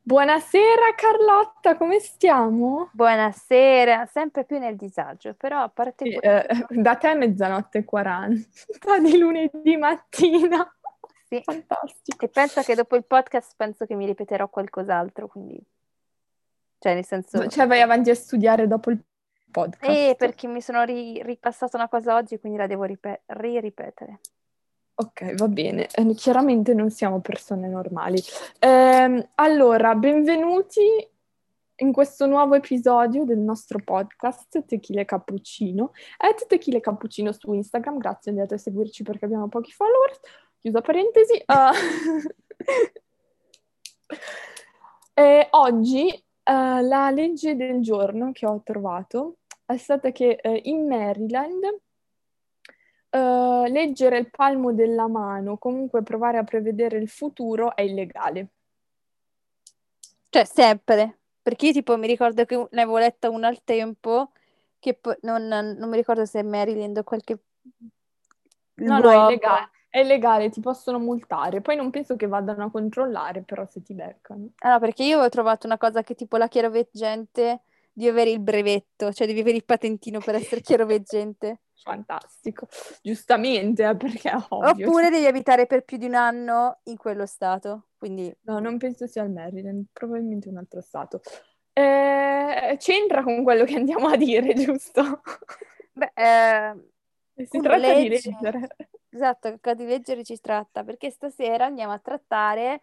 Buonasera Carlotta, come stiamo? Buonasera, sempre più nel disagio, però a parte Sì, questo, da te è mezzanotte e 40 di lunedì mattina. sì. Fantastico. E pensa che dopo il podcast penso che mi ripeterò qualcos'altro, quindi, cioè nel senso, Cioè vai avanti a studiare dopo il podcast? perché mi sono ripassata una cosa oggi, quindi la devo ripetere. Ok, va bene. Chiaramente non siamo persone normali. Allora, benvenuti in questo nuovo episodio del nostro podcast Tequila Cappuccino. Tequila Cappuccino su Instagram, grazie, andate a seguirci perché abbiamo pochi followers. Chiusa parentesi. Oggi la legge del giorno che ho trovato è stata che in Maryland leggere il palmo della mano, comunque provare a prevedere il futuro è illegale. Cioè, sempre, perché io tipo mi ricordo che ne avevo letta una al tempo, che non mi ricordo se è Maryland o qualche No, è luogo. illegale. È illegale, ti possono multare. Poi non penso che vadano a controllare, però se ti beccano. Ah, no, perché io avevo trovato una cosa che tipo la chiaroveggente devi avere il brevetto, cioè devi avere il patentino per essere chiaroveggente. Fantastico. Giustamente, perché è ovvio. Oppure devi abitare per più di un anno in quello stato. Quindi, No, non penso sia il Maryland, probabilmente un altro stato. C'entra con quello che andiamo a dire, giusto? beh, Si uno tratta di legge, leggere. esatto, che di leggere ci tratta, perché stasera andiamo a trattare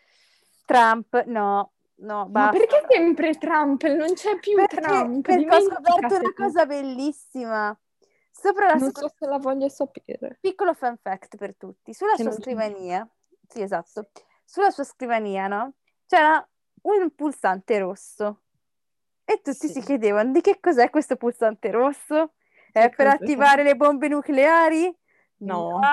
Trump. No, no, Ma basta. perché sempre Trump? Non c'è più Trump, Perché ho scoperto una dimenticatelo. cosa bellissima. Sopra la Non sua so se la voglio sapere. Piccolo fun fact per tutti. Sulla Che sua non c'è. scrivania, sì, esatto, sulla sua scrivania, no? C'era un pulsante rosso e tutti si Sì. chiedevano di che cos'è questo pulsante rosso? È Che per cos'è? attivare le bombe nucleari? No. No,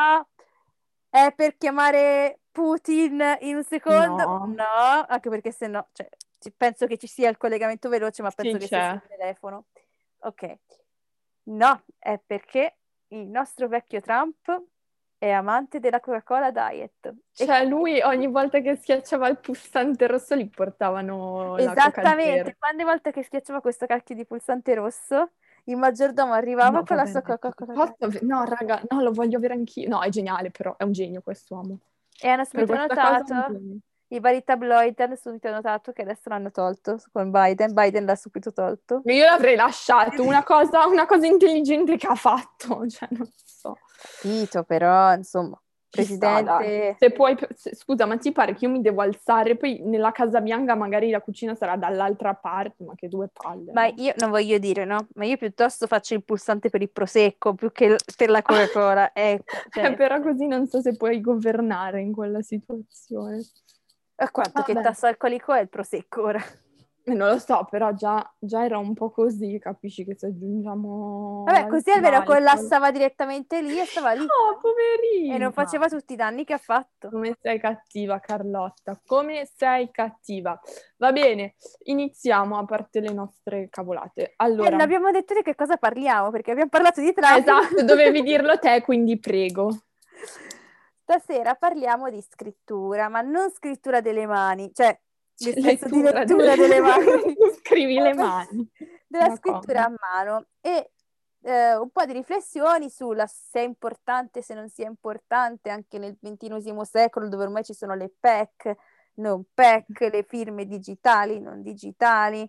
È per chiamare Putin in un secondo? no. No, anche perché se no, cioè, penso che ci sia il collegamento veloce, ma Sì, penso che sia sul c'è. telefono. Ok. No, è perché il nostro vecchio Trump è amante della Coca-Cola Diet. E Cioè, lui ogni volta che schiacciava il pulsante rosso gli portavano la Coca Zero. esattamente, quante volte che schiacciava questo cacchio di pulsante rosso, il maggiordomo arrivava No, con la vabbè, sua Coca-Cola Diet. no, raga, no, lo voglio avere anch'io. No, è geniale, però, è un genio quest'uomo. E hanno Per subito questa cosa è un notato, genio. i vari tabloid hanno subito notato che adesso l'hanno tolto con Biden. Biden l'ha subito tolto. Io l'avrei lasciato, una cosa intelligente che ha fatto, cioè, non so. Capito, però, insomma, Ci sta, dai. presidente. Se puoi, scusa, ma ti pare che io mi devo alzare, poi nella Casa Bianca magari la cucina sarà dall'altra parte, ma che due palle, Ma no? io non voglio dire, no? Ma io piuttosto faccio il pulsante per il prosecco più che per la Coca-Cola. Ecco, cioè, Però così non so se puoi governare in quella situazione. a quanto che Vabbè, tasso alcolico è il prosecco ora? non lo so, però già era un po' così, capisci che se aggiungiamo Vabbè, così almeno l'alcol. collassava direttamente lì e stava lì. Oh, E non poverina! faceva tutti i danni che ha fatto. Come sei cattiva, Carlotta, come sei cattiva. Va bene, iniziamo a parte le nostre cavolate. Non Allora, abbiamo detto di che cosa parliamo, perché abbiamo parlato di Trump. esatto, dovevi dirlo te, quindi prego. Stasera parliamo di scrittura, ma non scrittura delle mani, cioè nel C'è senso di lettura delle... lettura delle mani, Tu scrivi le mani. della Ma scrittura come? a mano e un po' di riflessioni sulla se è importante, se non sia importante anche nel XXI secolo, dove ormai ci sono le PEC, non PEC, le firme digitali, non digitali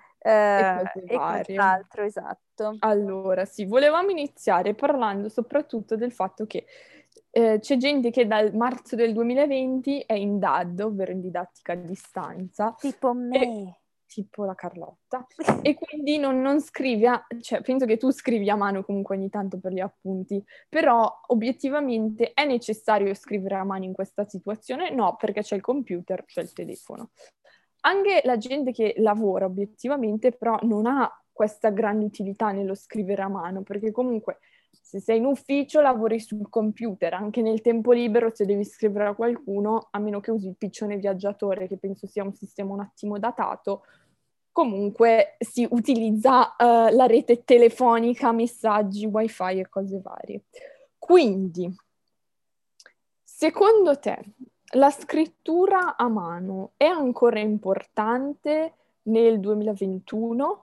E cose e varie. quant'altro, esatto. Allora, sì, volevamo iniziare parlando soprattutto del fatto che c'è gente che dal marzo del 2020 è in DAD, ovvero in didattica a distanza, Tipo e, me. tipo la Carlotta, e quindi non scrivi, cioè penso che tu scrivi a mano comunque ogni tanto per gli appunti, però obiettivamente è necessario scrivere a mano in questa situazione? No, perché c'è il computer, c'è il telefono. Anche la gente che lavora obiettivamente però non ha questa grande utilità nello scrivere a mano, perché comunque se sei in ufficio lavori sul computer, anche nel tempo libero se devi scrivere a qualcuno, a meno che usi il piccione viaggiatore, che penso sia un sistema un attimo datato, comunque si utilizza la rete telefonica, messaggi, wifi e cose varie. Quindi, secondo te, la scrittura a mano è ancora importante nel 2021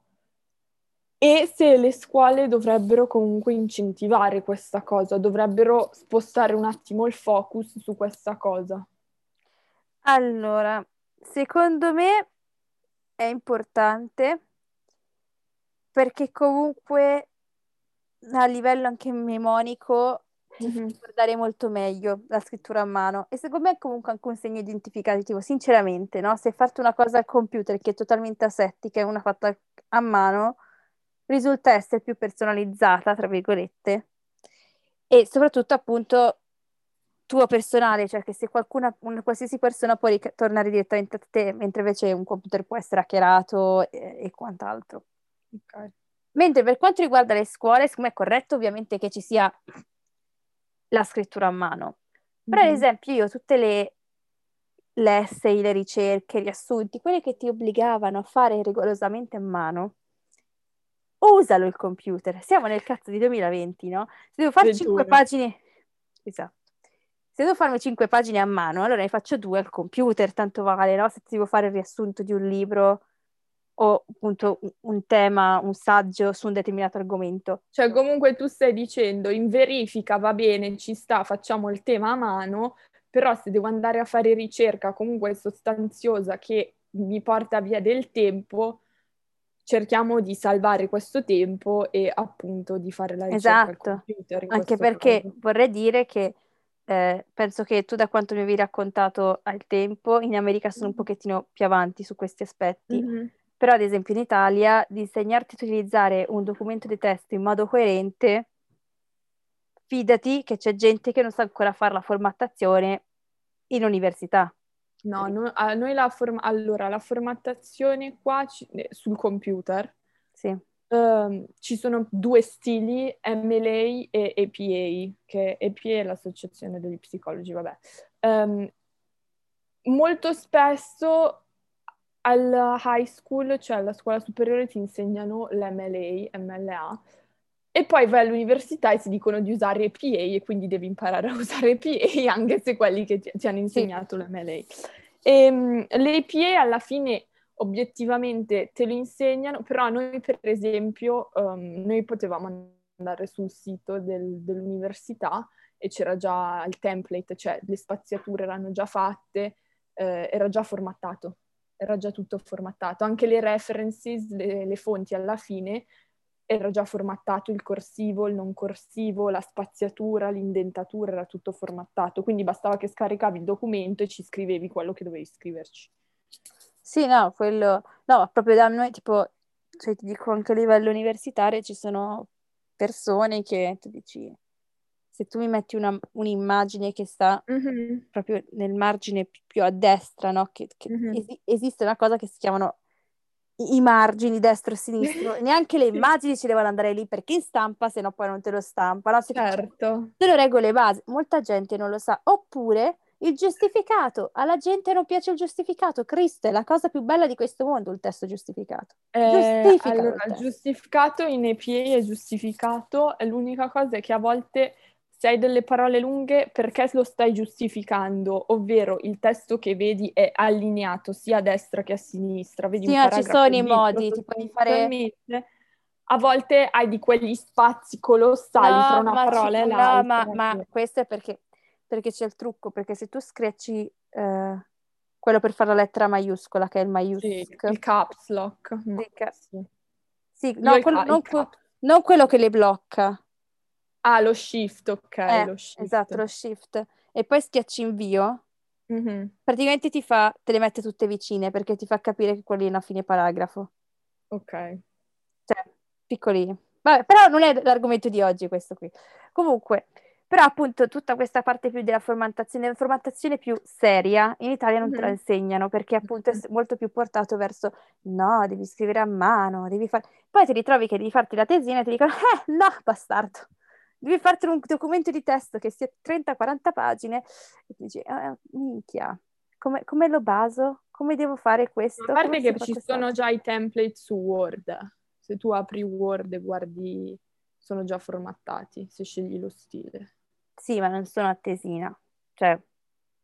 e se le scuole dovrebbero comunque incentivare questa cosa, dovrebbero spostare un attimo il focus su questa cosa. Allora, secondo me è importante perché comunque a livello anche mnemonico ti fa Mhm. ricordare molto meglio la scrittura a mano e secondo me è comunque anche un segno identificativo, sinceramente, no? Se hai fatto una cosa al computer che è totalmente asettica e una fatta a mano, risulta essere più personalizzata, tra virgolette, e soprattutto appunto tuo personale, cioè che se qualcuno, una qualsiasi persona può tornare direttamente a te, mentre invece un computer può essere hackerato e quant'altro. Ok. Mentre per quanto riguarda le scuole, secondo me è corretto ovviamente che ci sia la scrittura a mano. Però ad Mhm. esempio io tutte le essay, le ricerche, i riassunti, quelli che ti obbligavano a fare rigorosamente a mano, usalo il computer. Siamo nel cazzo di 2020, no? Se devo fare 5 Ventura. pagine, esatto. Se devo farmi 5 pagine a mano, allora ne faccio 2 al computer, tanto vale, no? Se ti devo fare il riassunto di un libro o appunto un tema, un saggio su un determinato argomento. Cioè, comunque tu stai dicendo, in verifica va bene, ci sta, facciamo il tema a mano, però se devo andare a fare ricerca comunque sostanziosa che mi porta via del tempo, cerchiamo di salvare questo tempo e appunto di fare la ricerca al Esatto, computer in anche questo perché caso. vorrei dire che penso che tu da quanto mi avevi raccontato al tempo, in America sono un pochettino più avanti su questi aspetti, Mhm. però ad esempio in Italia di insegnarti ad utilizzare un documento di testo in modo coerente, fidati che c'è gente che non sa ancora fare la formattazione in università. No, a noi allora, la formattazione qua sul computer Sì, ci sono due stili, MLA e APA, che APA è l'associazione degli psicologi, vabbè. Ehm, Molto spesso alla high school, cioè alla scuola superiore, ti insegnano l'MLA, MLA, e poi vai all'università e ti dicono di usare APA e quindi devi imparare a usare APA anche se quelli che ti hanno sì, insegnato l'MLA. L'APA alla fine obiettivamente te lo insegnano, però noi per esempio, noi potevamo andare sul sito dell'università e c'era già il template, cioè le spaziature erano già fatte, era già formattato, era già tutto formattato. Anche le references, le fonti alla fine, era già formattato il corsivo, il non corsivo, la spaziatura, l'indentatura, era tutto formattato. Quindi bastava che scaricavi il documento e ci scrivevi quello che dovevi scriverci. sì, no, quello, no, ma proprio da noi, tipo, cioè ti dico anche a livello universitario ci sono persone che tu dici, se tu mi metti un'immagine che sta Mhm, proprio nel margine più a destra, no? Che mhm. esiste una cosa che si chiamano i margini destro e sinistro, e neanche le Sì, immagini ci devono andare lì perché in stampa, se no poi non te lo stampa, no? Cioè, certo. sono regole base, molta gente non lo sa, oppure il giustificato, alla gente non piace il giustificato, Cristo, è la cosa più bella di questo mondo, il testo giustificato. Giustificalo il Allora, il testo. giustificato in EPA è giustificato, e l'unica cosa è che a volte se hai delle parole lunghe, perché lo stai giustificando? Ovvero il testo che vedi è allineato sia a destra che a sinistra, vedi Sì, un no, ci paragrafo sono i dietro, modi, tipo di fare... sostanzialmente, a volte hai di quegli spazi colossali tra No, una parola e no, l'altra. ma questo è perché c'è il trucco, perché se tu schiacci quello per fare la lettera maiuscola, che è il Sì, maiusc, il caps lock, sì, no, sì. sì, Io no, il caps. non quello che le blocca, Ah, lo shift, ok, lo esatto, shift. lo shift, e poi schiacci invio, Mhm, praticamente te le mette tutte vicine, perché ti fa capire che quelli è una fine paragrafo, ok. cioè, piccolini. Vabbè, però non è l'argomento di oggi questo qui. Comunque, però appunto tutta questa parte più della formattazione più seria, in Italia non te la Mhm. insegnano perché appunto è molto più portato verso no, devi scrivere a mano, devi fare... Poi ti ritrovi che devi farti la tesina e ti dicono, no, bastardo, devi farti un documento di testo che sia 30-40 pagine e ti dici, minchia, come lo baso? Come devo fare A questo? Come parte si che fa ci sono quest'altro? già i template su Word. Se tu apri Word e guardi, sono già formattati, se scegli lo stile. Sì, ma non sono a tesina, cioè...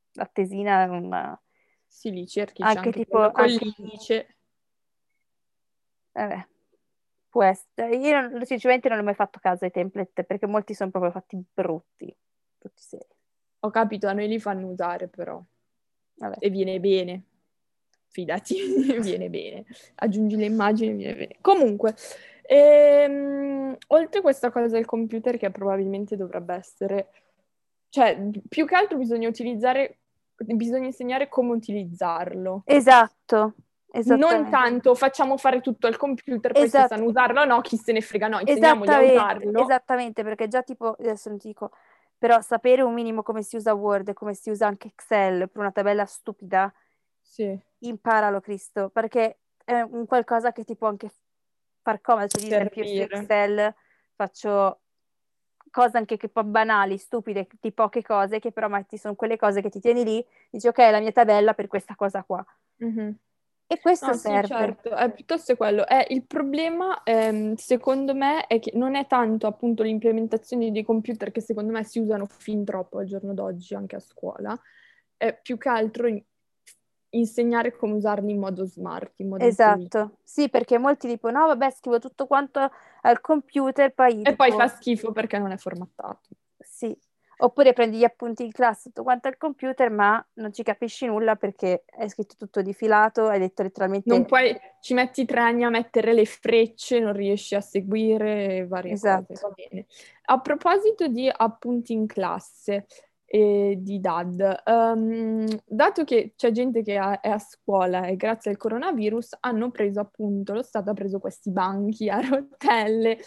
la tesina non... Sì, li cerchi, c'è Anche anche tipo, quello con anche... l'indice. Vabbè, può essere. Io sinceramente non ho mai fatto caso ai template perché molti sono proprio fatti brutti, brutti seri. Ho capito, a noi li fanno usare però. Vabbè. E viene bene. Fidati, viene bene. Aggiungi le immagini, viene bene. Comunque, oltre a questa cosa del computer che probabilmente dovrebbe essere... Cioè, più che altro bisogna insegnare come utilizzarlo. Esatto, Non esattamente. tanto facciamo fare tutto al computer, poi se Esatto, sanno usarlo o no, chi se ne frega, no, insegniamogli a esattamente, usarlo. esattamente, perché già tipo, adesso non ti dico, però sapere un minimo come si usa Word, come si usa anche Excel per una tabella stupida, Sì, imparalo, Cristo, perché è un qualcosa che ti può anche far comodo, cioè dire, anche io su servire. Excel faccio cose anche che poi banali, stupide, di poche cose, che però metti, sono quelle cose che ti tieni lì, dici ok, la mia tabella per questa cosa qua. Mhm. E questo No, sì, serve. certo, è piuttosto quello. Il problema, secondo me, è che non è tanto appunto l'implementazione dei computer che secondo me si usano fin troppo al giorno d'oggi anche a scuola, è più che altro insegnare come usarli in modo smart, in modo intelligente. Esatto, sì, perché molti dicono, no, vabbè, scrivo tutto quanto al computer, poi E poi fa tipo, schifo perché non è formattato. sì. Oppure prendi gli appunti in classe tutto quanto al computer, ma non ci capisci nulla perché è scritto tutto di filato, hai detto Non letteralmente, puoi, ci metti 3 anni a mettere le frecce, non riesci a seguire varie cose. esatto. Va bene. A proposito di appunti in classe e di DAD, dato che c'è gente che è a scuola e grazie al coronavirus hanno preso appunto, lo Stato ha preso questi banchi a rotelle.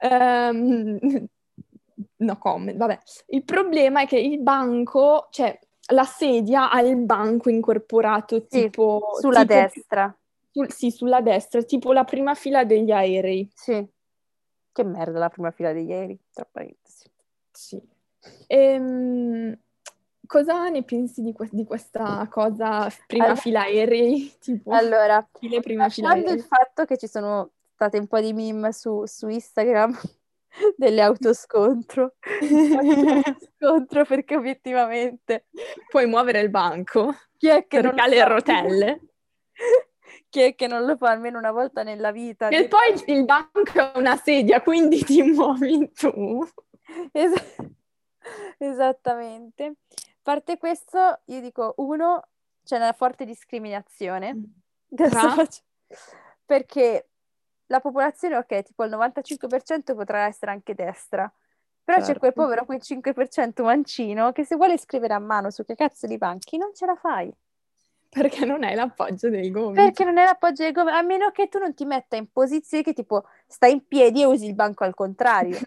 No comment, vabbè. Il problema è che il banco, cioè la sedia ha il banco incorporato Sì, tipo, sulla destra, sì, sulla destra, tipo la prima fila degli aerei. sì. Che merda la prima fila di ieri, tra parentesi. Sì. Ehm, cosa ne pensi di questa cosa, prima All- fila aerei? Tipo, Allora, file prima fila lasciando il aerei. fatto che ci sono state un po' di meme su Instagram delle autoscontro, scontro perché obiettivamente Puoi muovere il banco chi è che non perché lo ha le fa? rotelle. Chi è che non lo fa almeno una volta nella vita? E poi il banco è una sedia, quindi ti muovi tu. Es- Esattamente. A parte questo, io dico, uno, c'è una forte discriminazione. Adesso Tra? faccio... Perché la popolazione, ok, tipo il 95% potrà essere anche destra, però c'è quel Certo. povero, quel 5% mancino che se vuole scrivere a mano su che cazzo di banchi non ce la fai. Perché non hai l'appoggio del Perché gomito. non è l'appoggio del governo, a meno che tu non ti metta in posizione che tipo stai in piedi e usi il banco al contrario,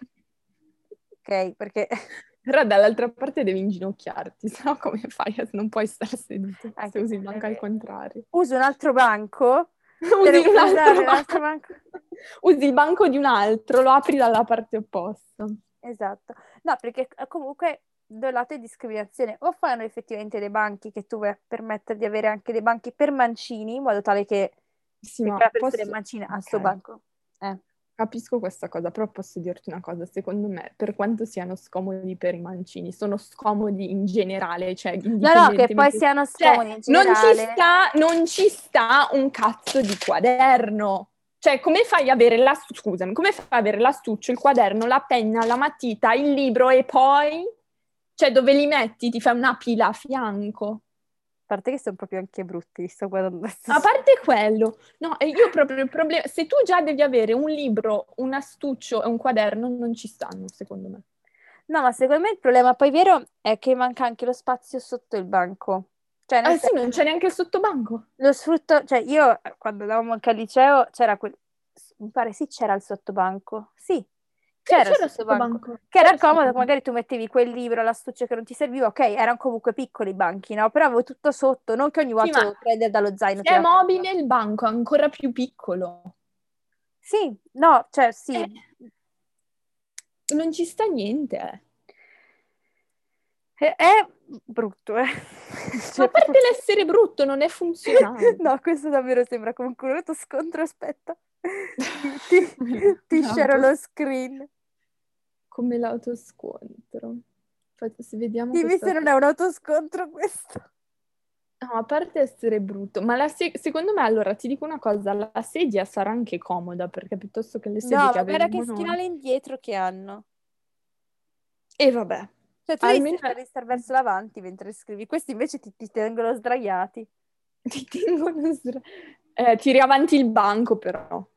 ok? Perché Però dall'altra parte devi inginocchiarti, sennò come fai? Non puoi stare seduto se anche usi il banco al contrario. usi un altro banco Usi per un altro usare l'altro banco. banco. Usi il banco di un altro, lo apri dalla parte opposta. Esatto. No, perché comunque da un lato è discriminazione. O fanno effettivamente dei banchi che tu vuoi permettere di avere anche dei banchi per mancini, in modo tale che Sì, se ma quella persona è posso... mancina ha il suo Ok, banco. Eh. capisco questa cosa, però posso dirti una cosa. Secondo me, per quanto siano scomodi per i mancini, sono scomodi in generale, cioè No, no, che poi indipendentemente... siano Cioè, scomodi in generale. non ci sta un cazzo di quaderno. Cioè, come fai a avere scusami, come fai a avere l'astuccio, il quaderno, la penna, la matita, il libro e poi... Cioè, dove li metti? Ti fai una pila a fianco. A parte che sono proprio anche brutti, li sto guardando adesso. A parte quello, no, e io proprio il problema, se tu già devi avere un libro, un astuccio e un quaderno, non ci stanno, secondo me. No, ma secondo me il problema poi vero è che manca anche lo spazio sotto il banco. Cioè, nel Eh sì, senso, non c'è neanche il sottobanco. lo sfrutto, cioè io quando andavamo anche al liceo c'era quel, mi pare sì c'era il sottobanco, sì, Sì, c'era il c'era il sottobanco, sottobanco. che C'era era il comodo, sottobanco. magari tu mettevi quel libro, l'astuccio che non ti serviva, ok, erano comunque piccoli i banchi, no? Però avevo tutto sotto, non che ogni Sì, volta ma dovevo prendere dallo zaino, se è tirare. mobile il banco è ancora più piccolo. Sì, no, cioè Eh, sì. non ci sta niente, eh. È brutto, eh. Ma Cioè, a parte proprio... l'essere brutto, non è funzionale. No, questo davvero sembra comunque un brutto scontro, aspetta. Ti, ti, Come ti share lo l'autos- screen. come l'autoscontro. Se vediamo Dimmi se questa... non è un autoscontro questo. No, a parte essere brutto, ma secondo me, allora, ti dico una cosa, la sedia sarà anche comoda, perché piuttosto che le sedie No, che ma guarda che avevamo noi... schienale indietro che hanno. E vabbè, Cioè, tu devi almeno cercare di star verso l'avanti mentre scrivi. Questi invece ti tengono sdraiati. ti tengono... tiri avanti il banco, però,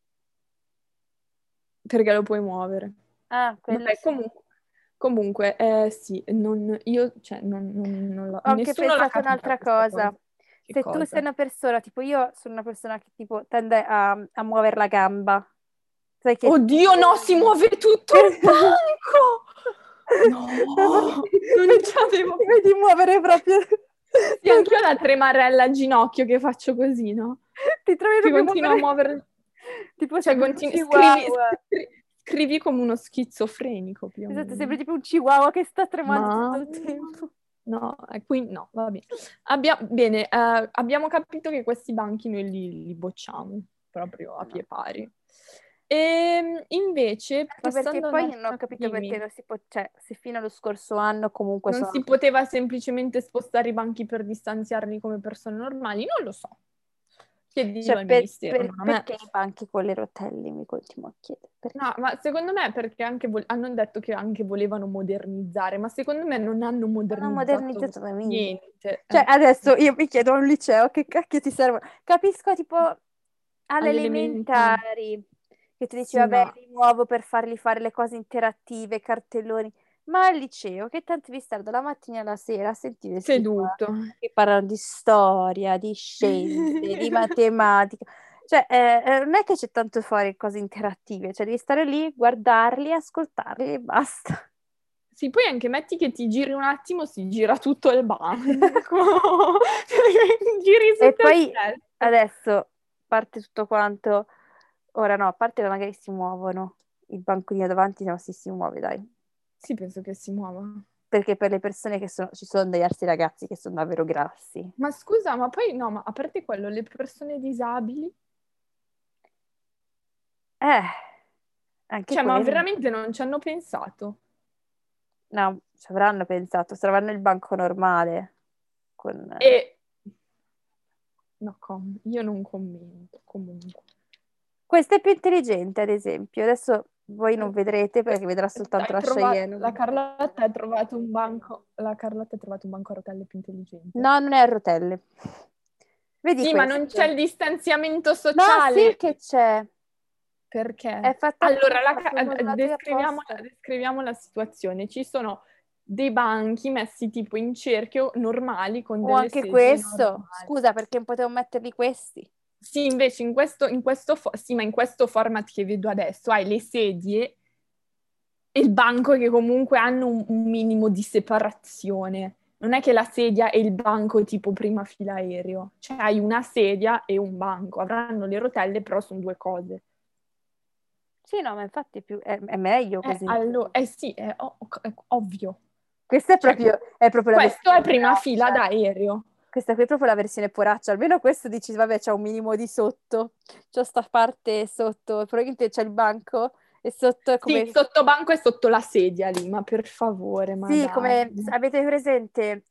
perché lo puoi muovere. Ah, quello Vabbè, sì. comunque, sì, io, cioè, Ho anche nessuno l'ha pensato capita un'altra questa cosa. cosa. Che Se tu sei cosa? una persona, tipo io sono una persona che tipo tende a muovere la gamba. Sai che... Oddio, no, si muove tutto il banco! No, non ci avevo Ti vedi muovere proprio... Sì, anch'io ho la tremarella al ginocchio che faccio così, no? Ti trovi Che proprio a continua a muovere... muovere... Tipo Cioè, sembri un scrivi, chihuahua. scrivi come uno schizofrenico, più o Esatto, sembri meno. tipo un chihuahua che sta tremando tutto Ma... il tempo. No, qui no, va bene. Bene, abbiamo capito che questi banchi noi li bocciamo, proprio a No. pie pari. E invece, Anche perché passando a poi non ho un'altra... capito perché Dimmi. non si può... Cioè, se fino allo scorso anno comunque Non sono... si poteva semplicemente spostare i banchi per distanziarli come persone normali? Non lo so. Chiedilo Cioè, al ministero, non a me. perché i banchi con le rotelle, mi continuo a chiedere. Perché? No, ma secondo me è perché anche hanno detto che anche volevano modernizzare, ma secondo me non hanno Non ho modernizzato modernizzato da niente. niente. Cioè, adesso io mi chiedo a un liceo che cacchio ti servono. Capisco tipo alle Alle elementari. elementari che ti dici, Sì, vabbè, ma li muovo per fargli fare le cose interattive, cartelloni. Ma al liceo, che tanto devi stare dalla mattina alla sera a sentire sti qua seduto. che parlano di storia, di scienze, di matematica. Cioè, non è che c'è tanto fare cose interattive, cioè devi stare lì, guardarli, ascoltarli e basta. Sì, poi anche metti che ti giri un attimo, si gira tutto il banco. Giri su E te poi stesso. adesso parte tutto quanto. Ora no, a parte che magari si muovono. Il banconino davanti no, si muove, dai. Sì, penso che si muova. Perché per le persone che sono, ci sono degli altri ragazzi che sono davvero grassi. Ma scusa, ma poi no, ma a parte quello, le persone disabili, Eh, anche cioè, ma quello. veramente non ci hanno pensato? No, ci avranno pensato, saranno il banco normale. Con... E no, io non commento comunque. Questo è più intelligente, ad esempio. Adesso voi non vedrete perché vedrà soltanto Hai la trovato, Cheyenne. la Carlotta ha trovato un banco, la Carlotta ha trovato un banco a rotelle più intelligente. No, non è a rotelle. Vedi Sì, ma non c'è questo? il distanziamento No, sì sociale. che c'è. È Perché? fatto Allora, apposta, sono modulati apposta. descriviamo la situazione. Ci sono dei banchi messi tipo in cerchio, normali, con O delle anche sedie questo. normali. Scusa, perché non potevo metterli questi? Sì, invece sì, ma in questo format che vedo adesso hai le sedie e il banco che comunque hanno un minimo di separazione. Non è che la sedia e il banco tipo prima fila aereo. Cioè hai una sedia e un banco. Avranno le rotelle, però sono due cose. Sì, no, ma infatti è meglio così. Sì, è ovvio. Questa Cioè, è proprio la questo è versione prima fila poraccia. d'aereo. Questa qui è proprio la versione poraccia. Almeno questo dici, vabbè, c'è un minimo di sotto. C'è sta parte sotto. Probabilmente c'è il banco e sotto è Sì, come... sotto banco e sotto la sedia lì, ma per favore, ma Sì, dai. come... Avete presente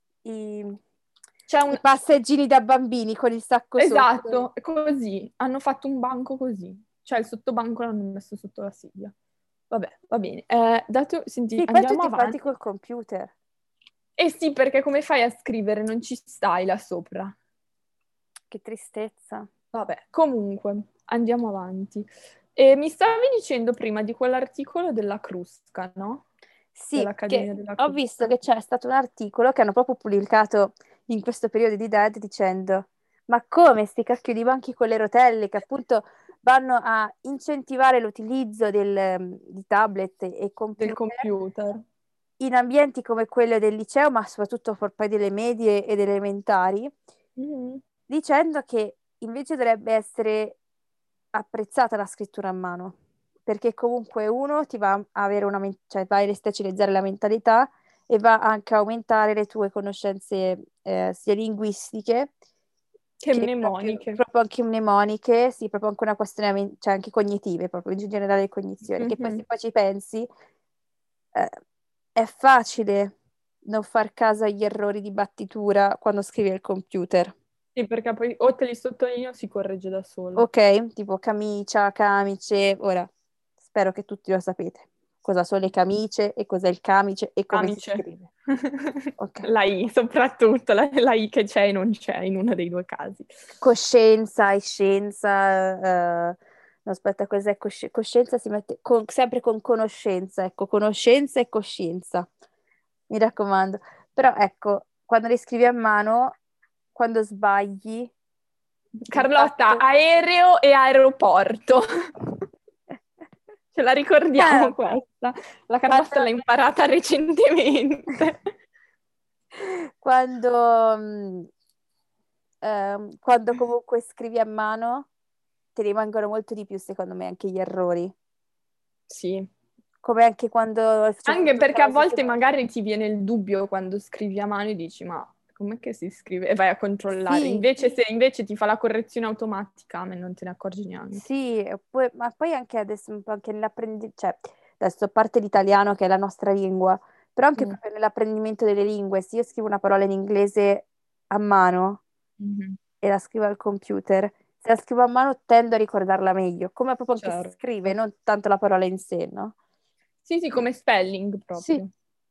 C'è i un... passeggini da bambini con il sacco sotto? Esatto, così. Hanno fatto un banco così. Cioè il sottobanco l'hanno messo sotto la sedia. Vabbè, va bene. Senti, Sì, poi andiamo tutti quanti avanti. col computer. Eh sì, perché come fai a scrivere? Non ci stai là sopra. Che tristezza. Vabbè, comunque, andiamo avanti. E mi stavi dicendo prima di quell'articolo della Crusca, no? Sì, Dell'Accademia che della ho visto Crusca. che c'è stato un articolo che hanno proprio pubblicato in questo periodo di Dead dicendo: ma come sti cacchio di banchi con le rotelle che appunto vanno a incentivare l'utilizzo di tablet e Del computer computer. in ambienti come quello del liceo, ma soprattutto poi delle medie e delle elementari, Mhm. dicendo che invece dovrebbe essere apprezzata la scrittura a mano, perché comunque uno ti va a avere cioè va a estacilizzare la mentalità e va anche a aumentare le tue conoscenze sia linguistiche Che che proprio, mnemoniche. proprio anche mnemoniche, sì, proprio anche una questione, cioè anche cognitive, proprio in generale cognizione, che poi se Mhm. poi ci pensi, eh, è facile non far caso agli errori di battitura quando scrivi al computer. Sì, perché poi o te li sottolineo o si corregge da solo. Ok? Tipo camicia, camice. Ora, spero che tutti lo sapete. Cosa sono le camicie e cos'è il camice e come si Amici. scrive. Ok. La I, soprattutto, la I che c'è e non c'è in uno dei due casi. Coscienza e scienza. No, aspetta, cos'è coscienza? Si mette sempre con conoscenza. Ecco, conoscenza e coscienza. Mi raccomando. Però ecco, quando le scrivi a mano, quando sbagli, il Carlotta, fatto... aereo e aeroporto. Ce la ricordiamo Ah, questa? La quando, Carlotta l'ha imparata recentemente. quando, quando comunque scrivi a mano, ti rimangono molto di più, secondo me, anche gli errori. Sì, Come anche quando c'è anche tutta perché la a volte magari ti viene il dubbio quando scrivi a mano e dici, ma com'è che si scrive? E vai a controllare. Sì, Invece, se invece ti fa la correzione automatica, a me non te ne accorgi neanche. sì, ma poi anche adesso, un po' anche cioè, adesso a parte l'italiano che è la nostra lingua, però anche Mm. proprio nell'apprendimento delle lingue, se io scrivo una parola in inglese a mano Mhm. e la scrivo al computer, se la scrivo a mano tendo a ricordarla meglio, come proprio anche si scrive, Certo. non tanto la parola in sé, no? Sì, sì, come spelling Sì, proprio.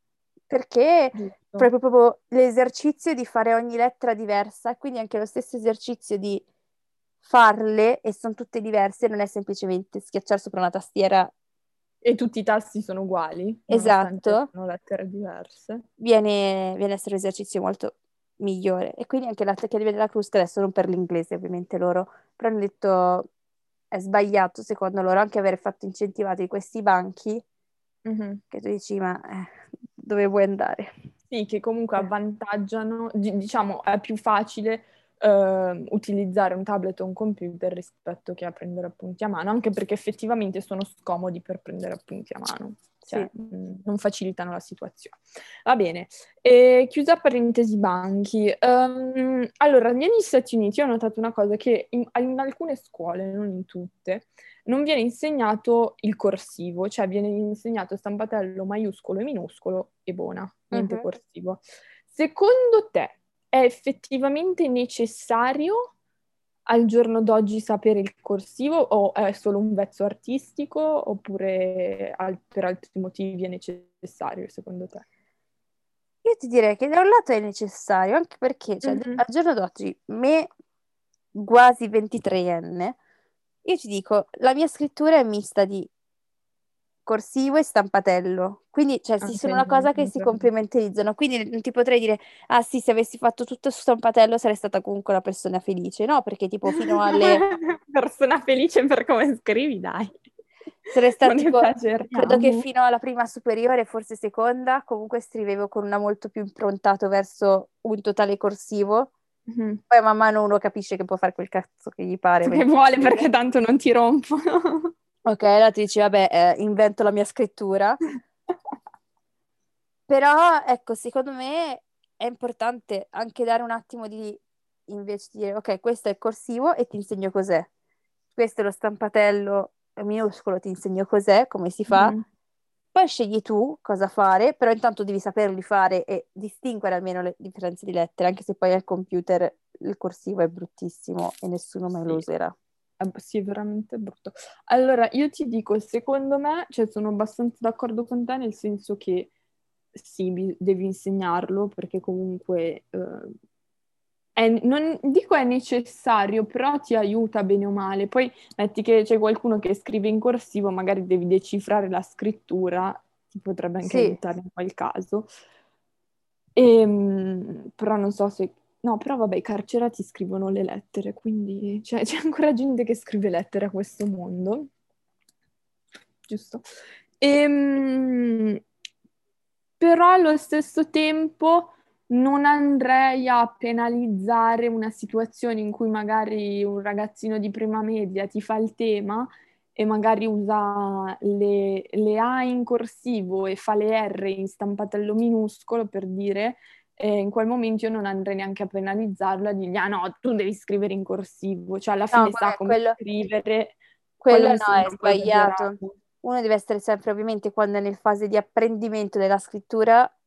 perché Giusto. proprio l'esercizio di fare ogni lettera diversa, quindi anche lo stesso esercizio di farle e sono tutte diverse, non è semplicemente schiacciare sopra una tastiera. E tutti i tasti sono uguali, nonostante Esatto, siano lettere diverse. viene a essere un esercizio molto migliore. E quindi anche l'Accademia della Crusca, adesso non per l'inglese ovviamente loro, però hanno detto è sbagliato secondo loro anche aver fatto incentivati questi banchi Mhm. che tu dici ma dove vuoi andare? Sì, che comunque avvantaggiano, diciamo, è più facile utilizzare un tablet o un computer rispetto che a prendere appunti a mano, anche perché effettivamente sono scomodi per prendere appunti a mano, cioè Sì. non facilitano la situazione. Va bene, chiusa parentesi banchi. Allora, negli Stati Uniti ho notato una cosa che in alcune scuole, non in tutte, non viene insegnato il corsivo, cioè viene insegnato stampatello maiuscolo e minuscolo e buona, niente Mhm. corsivo. Secondo te è effettivamente necessario al giorno d'oggi sapere il corsivo o è solo un vezzo artistico oppure per altri motivi è necessario secondo te? Io ti direi che da un lato è necessario, anche perché cioè, Mhm. al giorno d'oggi, me quasi 23enne, io ti dico, la mia scrittura è mista di corsivo e stampatello, quindi cioè, sì, Anche sono io, una cosa che si sempre. complementarizzano, quindi non ti potrei dire, ah sì, se avessi fatto tutto su stampatello sarei stata comunque una persona felice, no, perché tipo fino alle... Persona felice per come scrivi, dai. Sarei stata Non tipo, credo che esageriamo. fino alla prima superiore, forse seconda, comunque scrivevo con una molto più improntato verso un totale corsivo. Mhm. Poi man mano uno capisce che può fare quel cazzo che gli pare Che mentre vuole perché scrive. tanto non ti rompono. Ok, allora ti dici, vabbè, invento la mia scrittura. Però, ecco, secondo me è importante anche dare un attimo di, invece di dire, ok, questo è il corsivo e ti insegno cos'è. Questo è lo stampatello minuscolo, ti insegno cos'è, come si fa. Mhm. Poi scegli tu cosa fare, però intanto devi saperli fare e distinguere almeno le differenze di lettere, anche se poi al computer il corsivo è bruttissimo e nessuno mai lo Sì. userà. Sì, è veramente brutto. Allora, io ti dico, secondo me, cioè sono abbastanza d'accordo con te nel senso che sì, devi insegnarlo perché comunque non dico è necessario, però ti aiuta bene o male. Poi metti che c'è qualcuno che scrive in corsivo, magari devi decifrare la scrittura, ti potrebbe anche Sì, aiutare in quel caso. Però non so se... No, però vabbè, i carcerati scrivono le lettere, quindi cioè, c'è ancora gente che scrive lettere a questo mondo, giusto? Ehm, Però allo stesso tempo non andrei a penalizzare una situazione in cui magari un ragazzino di prima media ti fa il tema e magari usa le A in corsivo e fa le R in stampatello minuscolo per dire, in quel momento io non andrei neanche a penalizzarlo e dirgli, ah no, tu devi scrivere in corsivo, cioè alla no, fine sa come scrivere, quello quello mi no, è sembra un po' sbagliato. esagerato. Uno deve essere sempre, ovviamente, quando è nel fase di apprendimento della scrittura,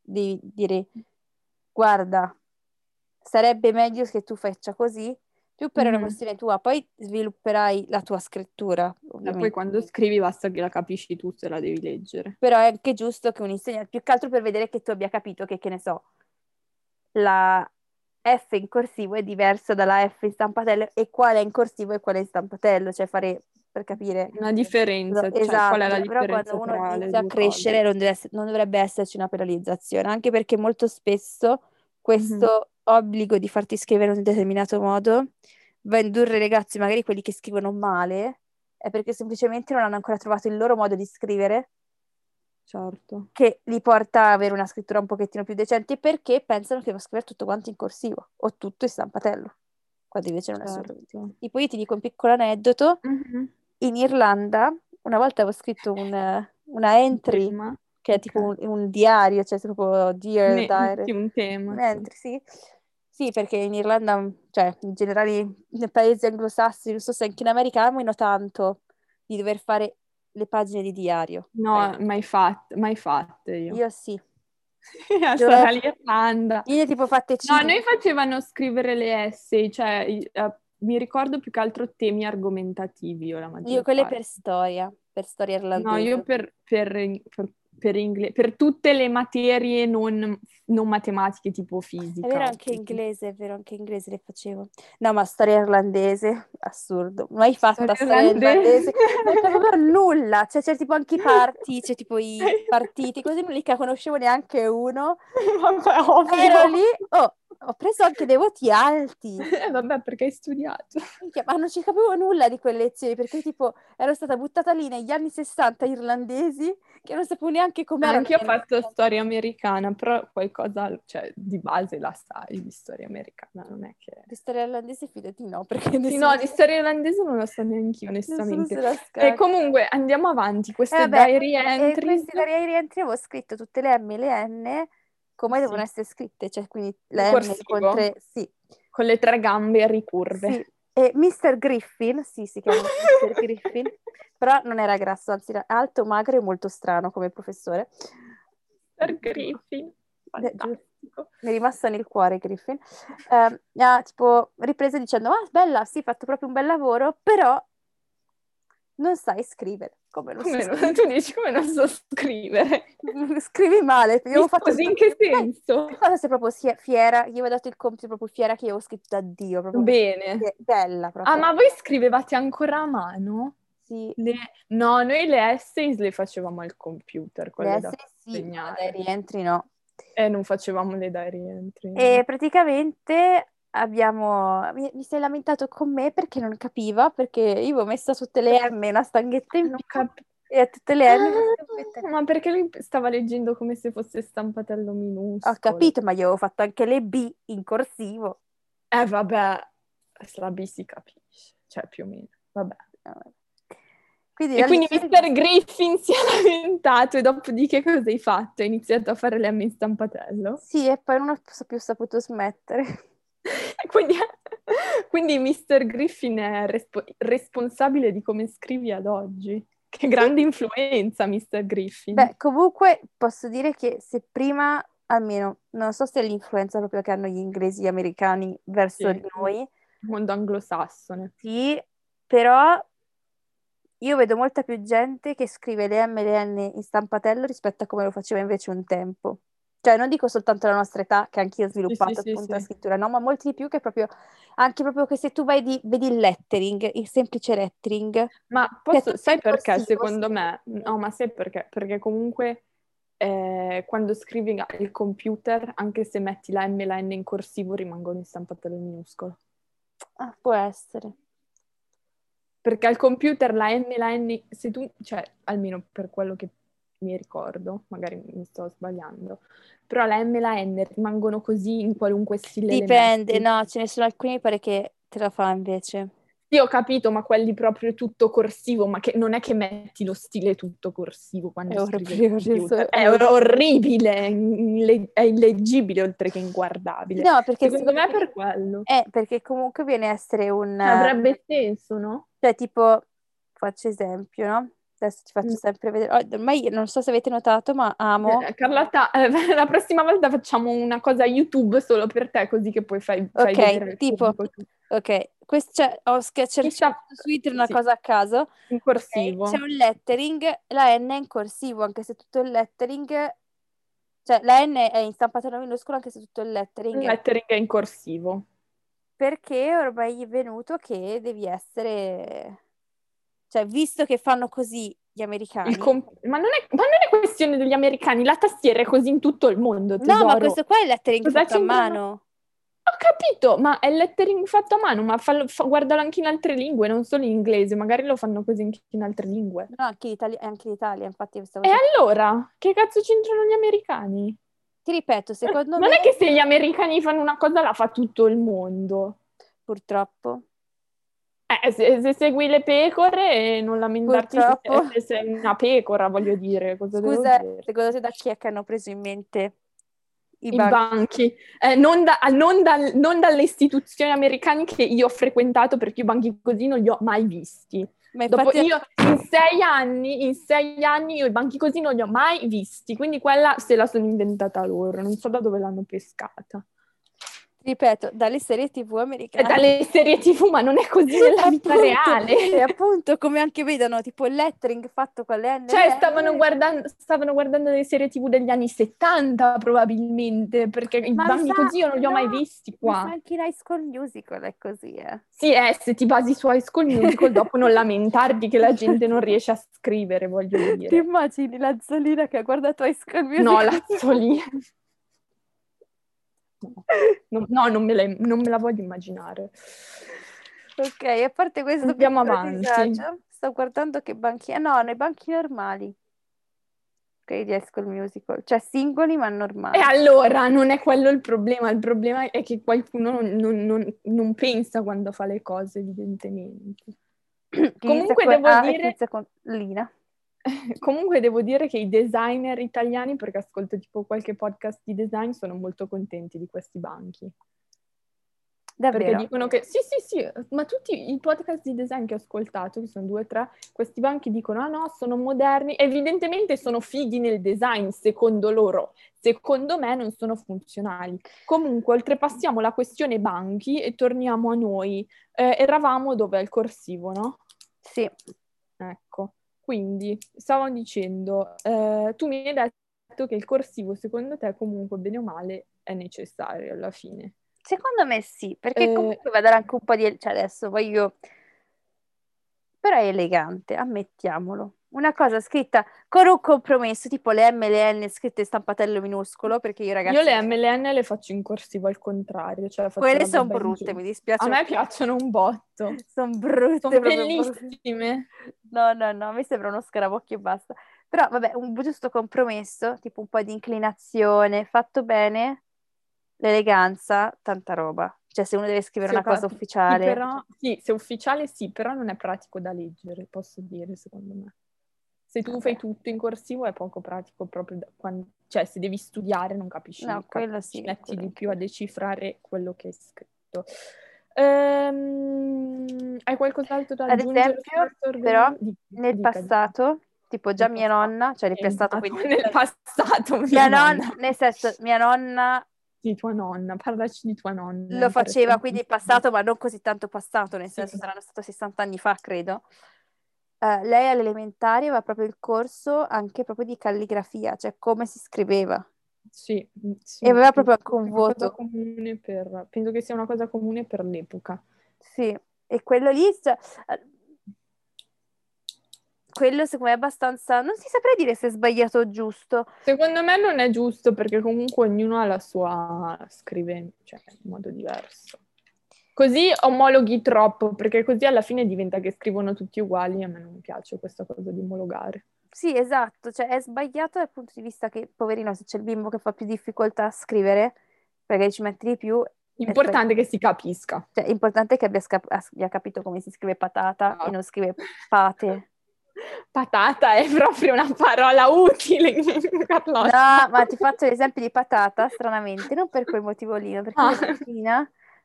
devi dire guarda, sarebbe meglio che tu faccia così, più per una questione tua, poi svilupperai la tua scrittura, Poi ovviamente. quando scrivi basta che la capisci tu se la devi leggere. Però è anche giusto che un insegnante, più che altro per vedere che tu abbia capito che ne so, la F in corsivo è diversa dalla F in stampatello e quale è in corsivo e quale è in stampatello, cioè fare per capire. Una differenza, cioè qual è la Esatto, però differenza quando uno tra le inizia a due crescere cose? non dovrebbe esserci una penalizzazione, anche perché molto spesso Mhm. questo obbligo di farti scrivere in un determinato modo va a indurre i ragazzi, magari quelli che scrivono male, è perché semplicemente non hanno ancora trovato il loro modo di scrivere Certo, che li porta a avere una scrittura un pochettino più decente perché pensano che devo scrivere tutto quanto in corsivo o tutto in stampatello, quando invece non è assolutamente. certo. Tipo io ti dico un piccolo aneddoto, Mhm. in Irlanda una volta avevo scritto una Un entry tema, che è tipo ok. un diario, cioè proprio Dear Sì, Diary, un un tema, sì. entry, sì. Sì, perché in Irlanda, cioè in generale nei paesi anglosassoni, non so se anche in America amano tanto di dover fare le pagine di diario. No, mai fatte io. Io sì. Sarà Dove l'Irlanda. io tipo fatte No, 5. noi facevano scrivere le essay, cioè mi ricordo più che altro temi argomentativi io la Io maggior quelle parte. per storia No, io irlandese. per tutte le materie non matematiche, tipo È vero fisica o anche così. inglese, è vero anche inglese le facevo. No, ma storia irlandese, assurdo. Mai fatta Storia storia irlandese. irlandese? Non sapevo nulla. Cioè, c'è tipo anche i party, c'è tipo i partiti, così non li conoscevo neanche uno. Vabbè, Ero lì, ovvio. oh, ho preso anche dei voti alti. Vabbè, perché hai studiato. Minchia, ma non ci capivo nulla di quelle lezioni perché tipo ero stata buttata lì negli anni 60 irlandesi che non sapevo neanche com'erano Anche io gli ho anni fatto 60. storia americana, però qualcosa, cioè, di base la sai di storia americana, non è che... Di storia irlandese fidati no, perché Sì, nessuno, no, di storia irlandese non lo so neanche io, nessuno onestamente. se la E scaccia. comunque andiamo avanti, E queste vabbè, diary e entries. questi vari rientri avevo scritto tutte le M e le N come devono Sì, essere scritte, cioè quindi in la M con corsivo, tre, sì, con le tre gambe sì. ricurve. E Mr. Griffin, sì, si chiama Mr. Griffin, però non era grasso, anzi era alto, magro e molto strano come professore. Per Griffin, Giuro. fantastico. Mi è rimasto nel cuore Griffin. Mi ha tipo ripreso dicendo, ah, bella, sì, hai fatto proprio un bel lavoro, però non sai scrivere, come non so Come scrivere. tu dici come non so scrivere? Scrivi male, io Mi avevo fatto scusi, tutto. in che Sai, senso? che cosa sei proprio fiera? Io avevo dato il compito proprio fiera che io avevo scritto da Dio, proprio così. Bene. Bella Ah, proprio. ma voi scrivevate ancora a mano? Sì, Le- No, noi le essays le facevamo al computer, le quelle da essere sì, ma dai consegnare. rientri no. E non facevamo le diary entry, no. E praticamente mi sei lamentato con me perché non capiva, perché io avevo messo tutte le M una stanghetta in Non più cap- e a tutte le N una stampetta. Ma perché lui stava leggendo come se fosse stampatello Ho minuscolo? capito, ma io avevo fatto anche le B in corsivo. Vabbè, la B si capisce, cioè più o meno, vabbè. Quindi E da lì quindi sono Mr. rimasta. Griffin si è lamentato e dopodiché cosa hai fatto? Hai iniziato a fare le M in stampatello? Sì, e poi non ho più saputo smettere. E quindi Mr. Griffin è responsabile di come scrivi ad oggi. Che Sì. grande influenza, Mr. Griffin. Beh, comunque posso dire che se prima, almeno, non so se è l'influenza proprio che hanno gli inglesi e gli americani Sì, verso di il noi, mondo anglosassone. sì, però io vedo molta più gente che scrive le M e le N in stampatello rispetto a come lo faceva invece un tempo. Cioè, non dico soltanto la nostra età, che anch'io ho Sì, sì, sviluppato sì, appunto la sì. scrittura, no, ma molti di più che proprio, anche proprio che se tu vedi il lettering, il semplice lettering, Ma che è tutto in sai perché corsivo, secondo scrivi me? No, ma sai perché? Perché comunque quando scrivi il computer, anche se metti la M e la N in corsivo, rimangono in stampatello minuscolo. Ah, può essere. Perché al computer la M e la N, se tu, cioè, almeno per quello che mi ricordo, magari mi sto sbagliando, però la M e la N rimangono così in qualunque stile le Dipende, metti. no, ce ne sono alcuni mi pare che te la fa invece. Sì, ho capito, ma quelli proprio tutto corsivo, ma che non è che metti lo stile tutto corsivo È quando scrivi al computer. orribile. È orribile, è illeggibile oltre che inguardabile. No, perché Secondo secondo me è me per quello. è perché comunque viene a essere un Avrebbe senso, no? cioè tipo faccio esempio, no? Adesso ti faccio sempre vedere. Oh, ormai non so se avete notato, ma amo. Carlotta, la prossima volta facciamo una cosa YouTube solo per te, così che poi fai vedere Ok, al tipo, pubblico tutto. ok, ho cercato su internet una Sì, cosa a caso. in Ok, c'è corsivo. un lettering, la N è in corsivo, anche se tutto il lettering, cioè la N è in stampata in minuscolo, anche se tutto il Il lettering. lettering è in corsivo. Perché ormai è venuto che devi essere, cioè, visto che fanno così gli americani. Ma non è questione degli americani, la tastiera è così in tutto il mondo, No, ma tesoro. questo qua è il lettering Cosa fatto a c'entrano? mano. Ho capito, ma è il lettering fatto a mano, ma guardalo anche in altre lingue, non solo in inglese, magari lo fanno così anche in altre lingue. No, anche in Italia, infatti stavo E cercando. allora, che cazzo c'entrano gli americani? Ti ripeto, secondo Non me, è che se gli americani fanno una cosa la fa tutto il mondo. purtroppo, Se segui le pecore, non lamentarti purtroppo, se sei una pecora, voglio dire, cosa devo scusa, dire? secondo te da chi è che hanno preso in mente i I banchi? banchi, non dalle istituzioni americane che io ho frequentato, perché i banchi così non li ho mai visti. Ma Dopo infatti, io in sei anni io i banchi così non li ho mai visti, quindi quella se la sono inventata loro, non so da dove l'hanno pescata. ripeto, dalle serie TV È americane. dalle serie TV, ma non è così nella vita Appunto, e reale. appunto, come anche vedono, tipo il lettering fatto con le N e Cioè, le M. stavano guardando delle serie TV degli anni 70, probabilmente, perché i Ma mi bagni sa, così io non li ho mai no, visti mi sa qua. anche in High School Musical è così, eh. Sì, se ti basi su High School Musical, dopo non lamentarti che la gente non riesce a scrivere, voglio Ti dire. immagini la Zolina che ha guardato High School No, Musical? Lazzolina. No, non me la voglio immaginare. Ok, a parte questo Andiamo piccolo avanti. disagio, sto guardando che banchi. No, nei banchi normali. Ok, di High School Musical. Cioè singoli ma E normali. allora non è quello il problema è che qualcuno non pensa quando fa le cose, evidentemente. Che inizia Comunque con devo A e che dire, inizia con Lina. comunque devo dire che i designer italiani, perché ascolto tipo qualche podcast di design, sono molto contenti di questi banchi. Perché Davvero? dicono che sì, sì, sì, ma tutti i podcast di design che ho ascoltato, che sono 2 o 3, questi banchi dicono: ah no, sono moderni, evidentemente sono fighi nel design, secondo loro. Secondo me non sono funzionali. Comunque, oltrepassiamo la questione banchi e torniamo a noi. Eravamo dove? Al corsivo, no? Sì. Ecco, quindi stavo dicendo, tu mi hai detto che il corsivo, secondo te, comunque, bene o male, è necessario alla fine. Secondo me sì, perché Eh, comunque va a dare anche un po' di... Cioè adesso voglio... Però è elegante, ammettiamolo. Una cosa scritta con un compromesso, tipo le M e le N scritte in stampatello minuscolo, perché io Io ragazzi, le MLN le faccio in corsivo al contrario, cioè faccio quelle la sono gobba in giù. brutte, mi A dispiace. me piacciono un botto. Sono Sono brutte, proprio brutte. bellissime. No, no, no, a me sembra uno scarabocchio e basta. Però vabbè, un giusto compromesso, tipo un po' di inclinazione, fatto bene, l'eleganza, tanta roba. Cioè se uno deve scrivere Sì, una cosa sì, ufficiale, però, sì, se ufficiale sì, però non è pratico da leggere, posso dire, secondo me. Se tu vabbè, fai tutto in corsivo è poco pratico proprio cioè se devi studiare non no, capisci, quello ci sì, metti quello di più a anche. decifrare quello che è scritto. Hai qualcos'altro da Ad aggiungere su esempio, questo però, argomento? nel Dica. passato, tipo già Nel mia passato. nonna, cioè nel Sì, passato, ma tu quindi nel passato, mia mia nonna, nonna. nel senso, mia nonna Di tua nonna, parlaci di tua nonna, è lo faceva, quindi in interessantissimo. passato, ma non così tanto passato, nel Sì. senso saranno stato 60 anni fa, credo. Lei alle elementari aveva proprio il corso anche proprio di calligrafia, cioè come si scriveva. Sì, E sì, aveva penso proprio che anche un sia una cosa voto. comune penso che sia una cosa comune per l'epoca. Sì, e quello lì, cioè, quello secondo me è abbastanza... Non si saprei dire se è sbagliato o giusto. Secondo me non è giusto perché comunque ognuno ha la sua cioè in modo diverso. Così omologhi troppo, perché così alla fine diventa che scrivono tutti uguali e a me non piace questa cosa di omologare. Sì, esatto, cioè è sbagliato dal punto di vista che, poverino, se c'è il bimbo che fa più difficoltà a scrivere, perché ci metti di più, è sbagliato. L'importante è che si capisca. Cioè, è importante che abbia capito come si scrive patata e Ah. non scrive pate. Patata è proprio una parola utile, Carlotta. No, ma ti faccio l'esempio di patata, stranamente, non per quel motivo lì, ma perché Ah. mia cugina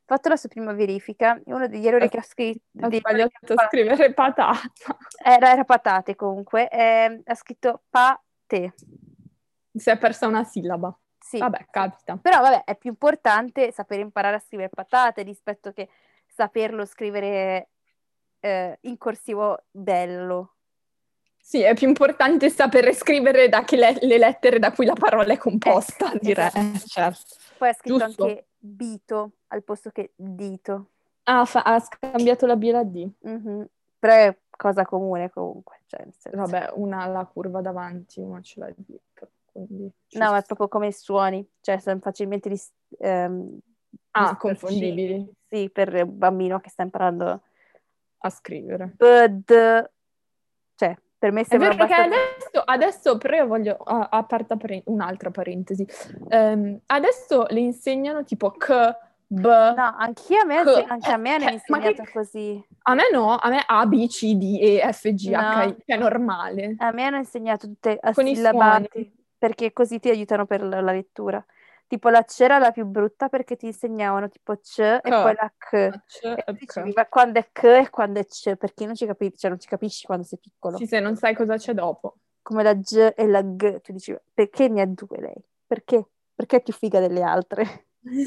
fatto la sua prima verifica, e uno degli errori che ha scritto, Ha sbagliato a scrivere patata. era patate comunque, ha scritto pate. Si è persa una sillaba. Sì, Vabbè, capita. però vabbè, è più importante sapere imparare a scrivere patate rispetto che saperlo scrivere in corsivo bello. Sì, è più importante sapere scrivere le lettere da cui la parola è composta, direi. Esatto. Certo. Poi ha scritto Giusto. anche bito al posto che dito. Ah, ha scambiato la B e la D. Mhm. Però è cosa comune comunque. Cioè, nel senso. Vabbè, una ha la curva davanti, una ce l'ha dietro. Quindi No, ma è proprio come suoni. Cioè, sono facilmente distorcibili. confondibili Sì, per un bambino che sta imparando a scrivere. Cioè, per me È sembra vero che abbastanza... adesso però io voglio, un'altra parentesi, adesso le insegnano tipo k, b, No, anche a me hanno ma insegnato così. a me no, a me A, B, C, D, E, F, G, H, No, I, che è normale, a me hanno insegnato tutte a con i suoni. sillabati, perché così ti aiutano per la lettura. Tipo la C era la più brutta perché ti insegnavano tipo C e poi K, la K. C, E tu e dicevi, K. ma quando è K e quando è C? Perché cioè non ci capisci quando sei piccolo. Sì, se non sai cosa c'è dopo. Come la G e la G, tu dici, perché ne ha due lei? Perché? Perché è più figa delle altre?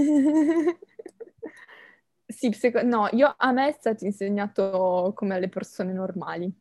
Sì, no, a me è stato insegnato come alle persone normali.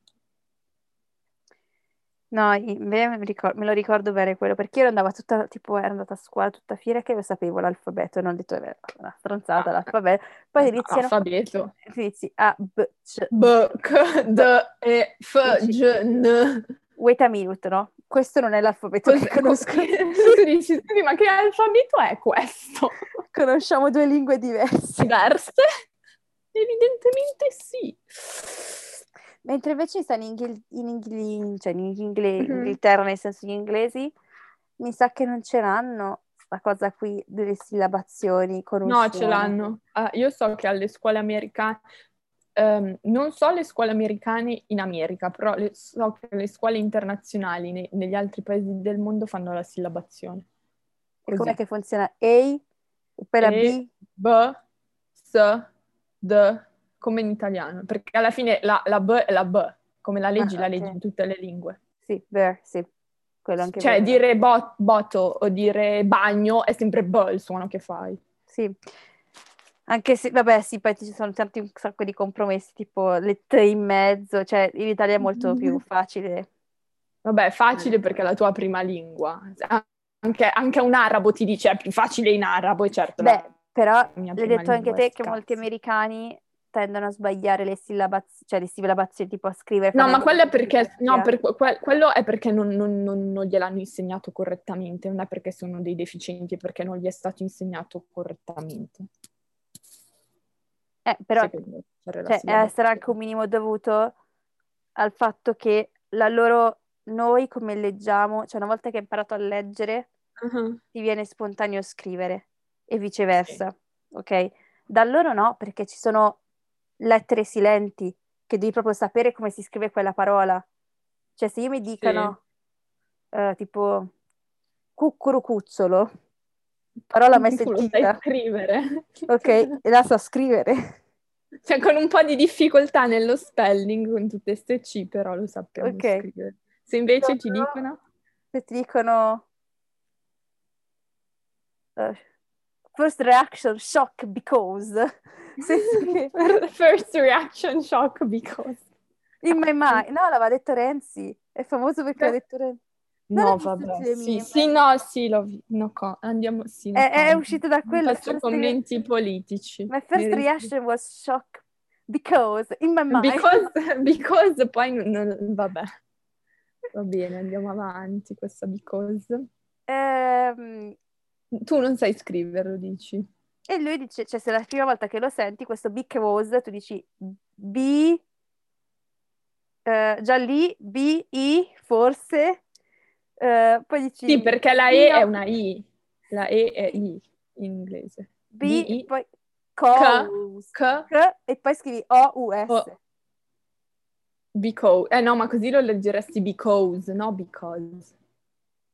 No, me lo ricordo bene quello, perché io ero andata a scuola tutta fiera che io sapevo l'alfabeto, e non ho detto, una stronzata l'alfabeto. Poi iniziano, Alfabeto. inizi A, B, C, B, D, C, D, B. E, F, Dici, G, N. wait a minute, no? Questo non è l'alfabeto che conosco. Tu dici, scusi, ma che alfabeto è questo? Conosciamo due lingue diverse. Diverse? Evidentemente sì. Mentre invece sta cioè Mhm. Inghilterra, nel senso gli inglesi, mi sa che non ce l'hanno, sta cosa qui delle sillabazioni con un No, ce suono. l'hanno. Ah, io so che alle scuole americane, non so le scuole americane in America, però so che le scuole internazionali negli altri paesi del mondo fanno la sillabazione. E com'è Così. che funziona? A, e poi la E, B? B, S, D, come in italiano. Perché alla fine la B è la B, come Ah, la ok. leggi in tutte le lingue. Sì, bear, sì, quello anche Cioè, vero. dire botto o dire bagno è sempre B il suono che fai. Sì. Anche se, vabbè, sì, poi ci sono tanti un sacco di compromessi, tipo le T in mezzo, cioè in Italia è molto più facile. Vabbè, è facile perché è la tua prima lingua. Anche un arabo ti dice è più facile in arabo, e certo Beh, la però mia l'hai prima detto anche lingua è te che molti scarsa. americani tendono a sbagliare cioè le sillabazioni, tipo a scrivere, No, fanno ma quello è perché, no, ortografia. quello è perché non gliel'hanno insegnato correttamente, non è perché sono dei deficienti, è perché non gli è stato insegnato correttamente. Però Secondo fare la cioè, sillaba. sarà anche un minimo dovuto al fatto che noi come leggiamo, cioè una volta che hai imparato a leggere, Mhm. ti viene spontaneo scrivere e Sì, viceversa, ok? Da loro no, perché ci sono lettere silenti che devi proprio sapere come si scrive quella parola. Cioè, se io mi sì. dicano tipo cuccurucuzzolo, parola mai Tu lo sai sentita, scrivere. ok? E la so scrivere, Cioè, con un po' di difficoltà nello spelling, con tutte queste C, però lo sappiamo ok? scrivere. Se invece ti Loro, dicono... se ti dicono eh, first reaction shock because, senso che First reaction shock because... in my mind, no, l'aveva detto Renzi, è famoso perché l'ha detto Renzi. Non No, hai visto tutti vabbè, le sì, meme? sì, no, sì, l'ho visto. No, andiamo, sì, no È comment. uscito da Non quello. faccio commenti politici. My Mi first rispondo. reaction was shock because in my mind. Because poi vabbè. Va bene, andiamo avanti, questa because. Ehm, Tu non sai scriverlo, dici? e lui dice, cioè se è la prima volta che lo senti, questo because, tu dici B, già lì, B, I, forse, poi Sì, dici perché la B, E è no, una I. La E è sì, I in inglese. B, B-I, poi K, cause, K, e poi scrivi O-U-S. O, because. No, ma così lo leggeresti because, no because.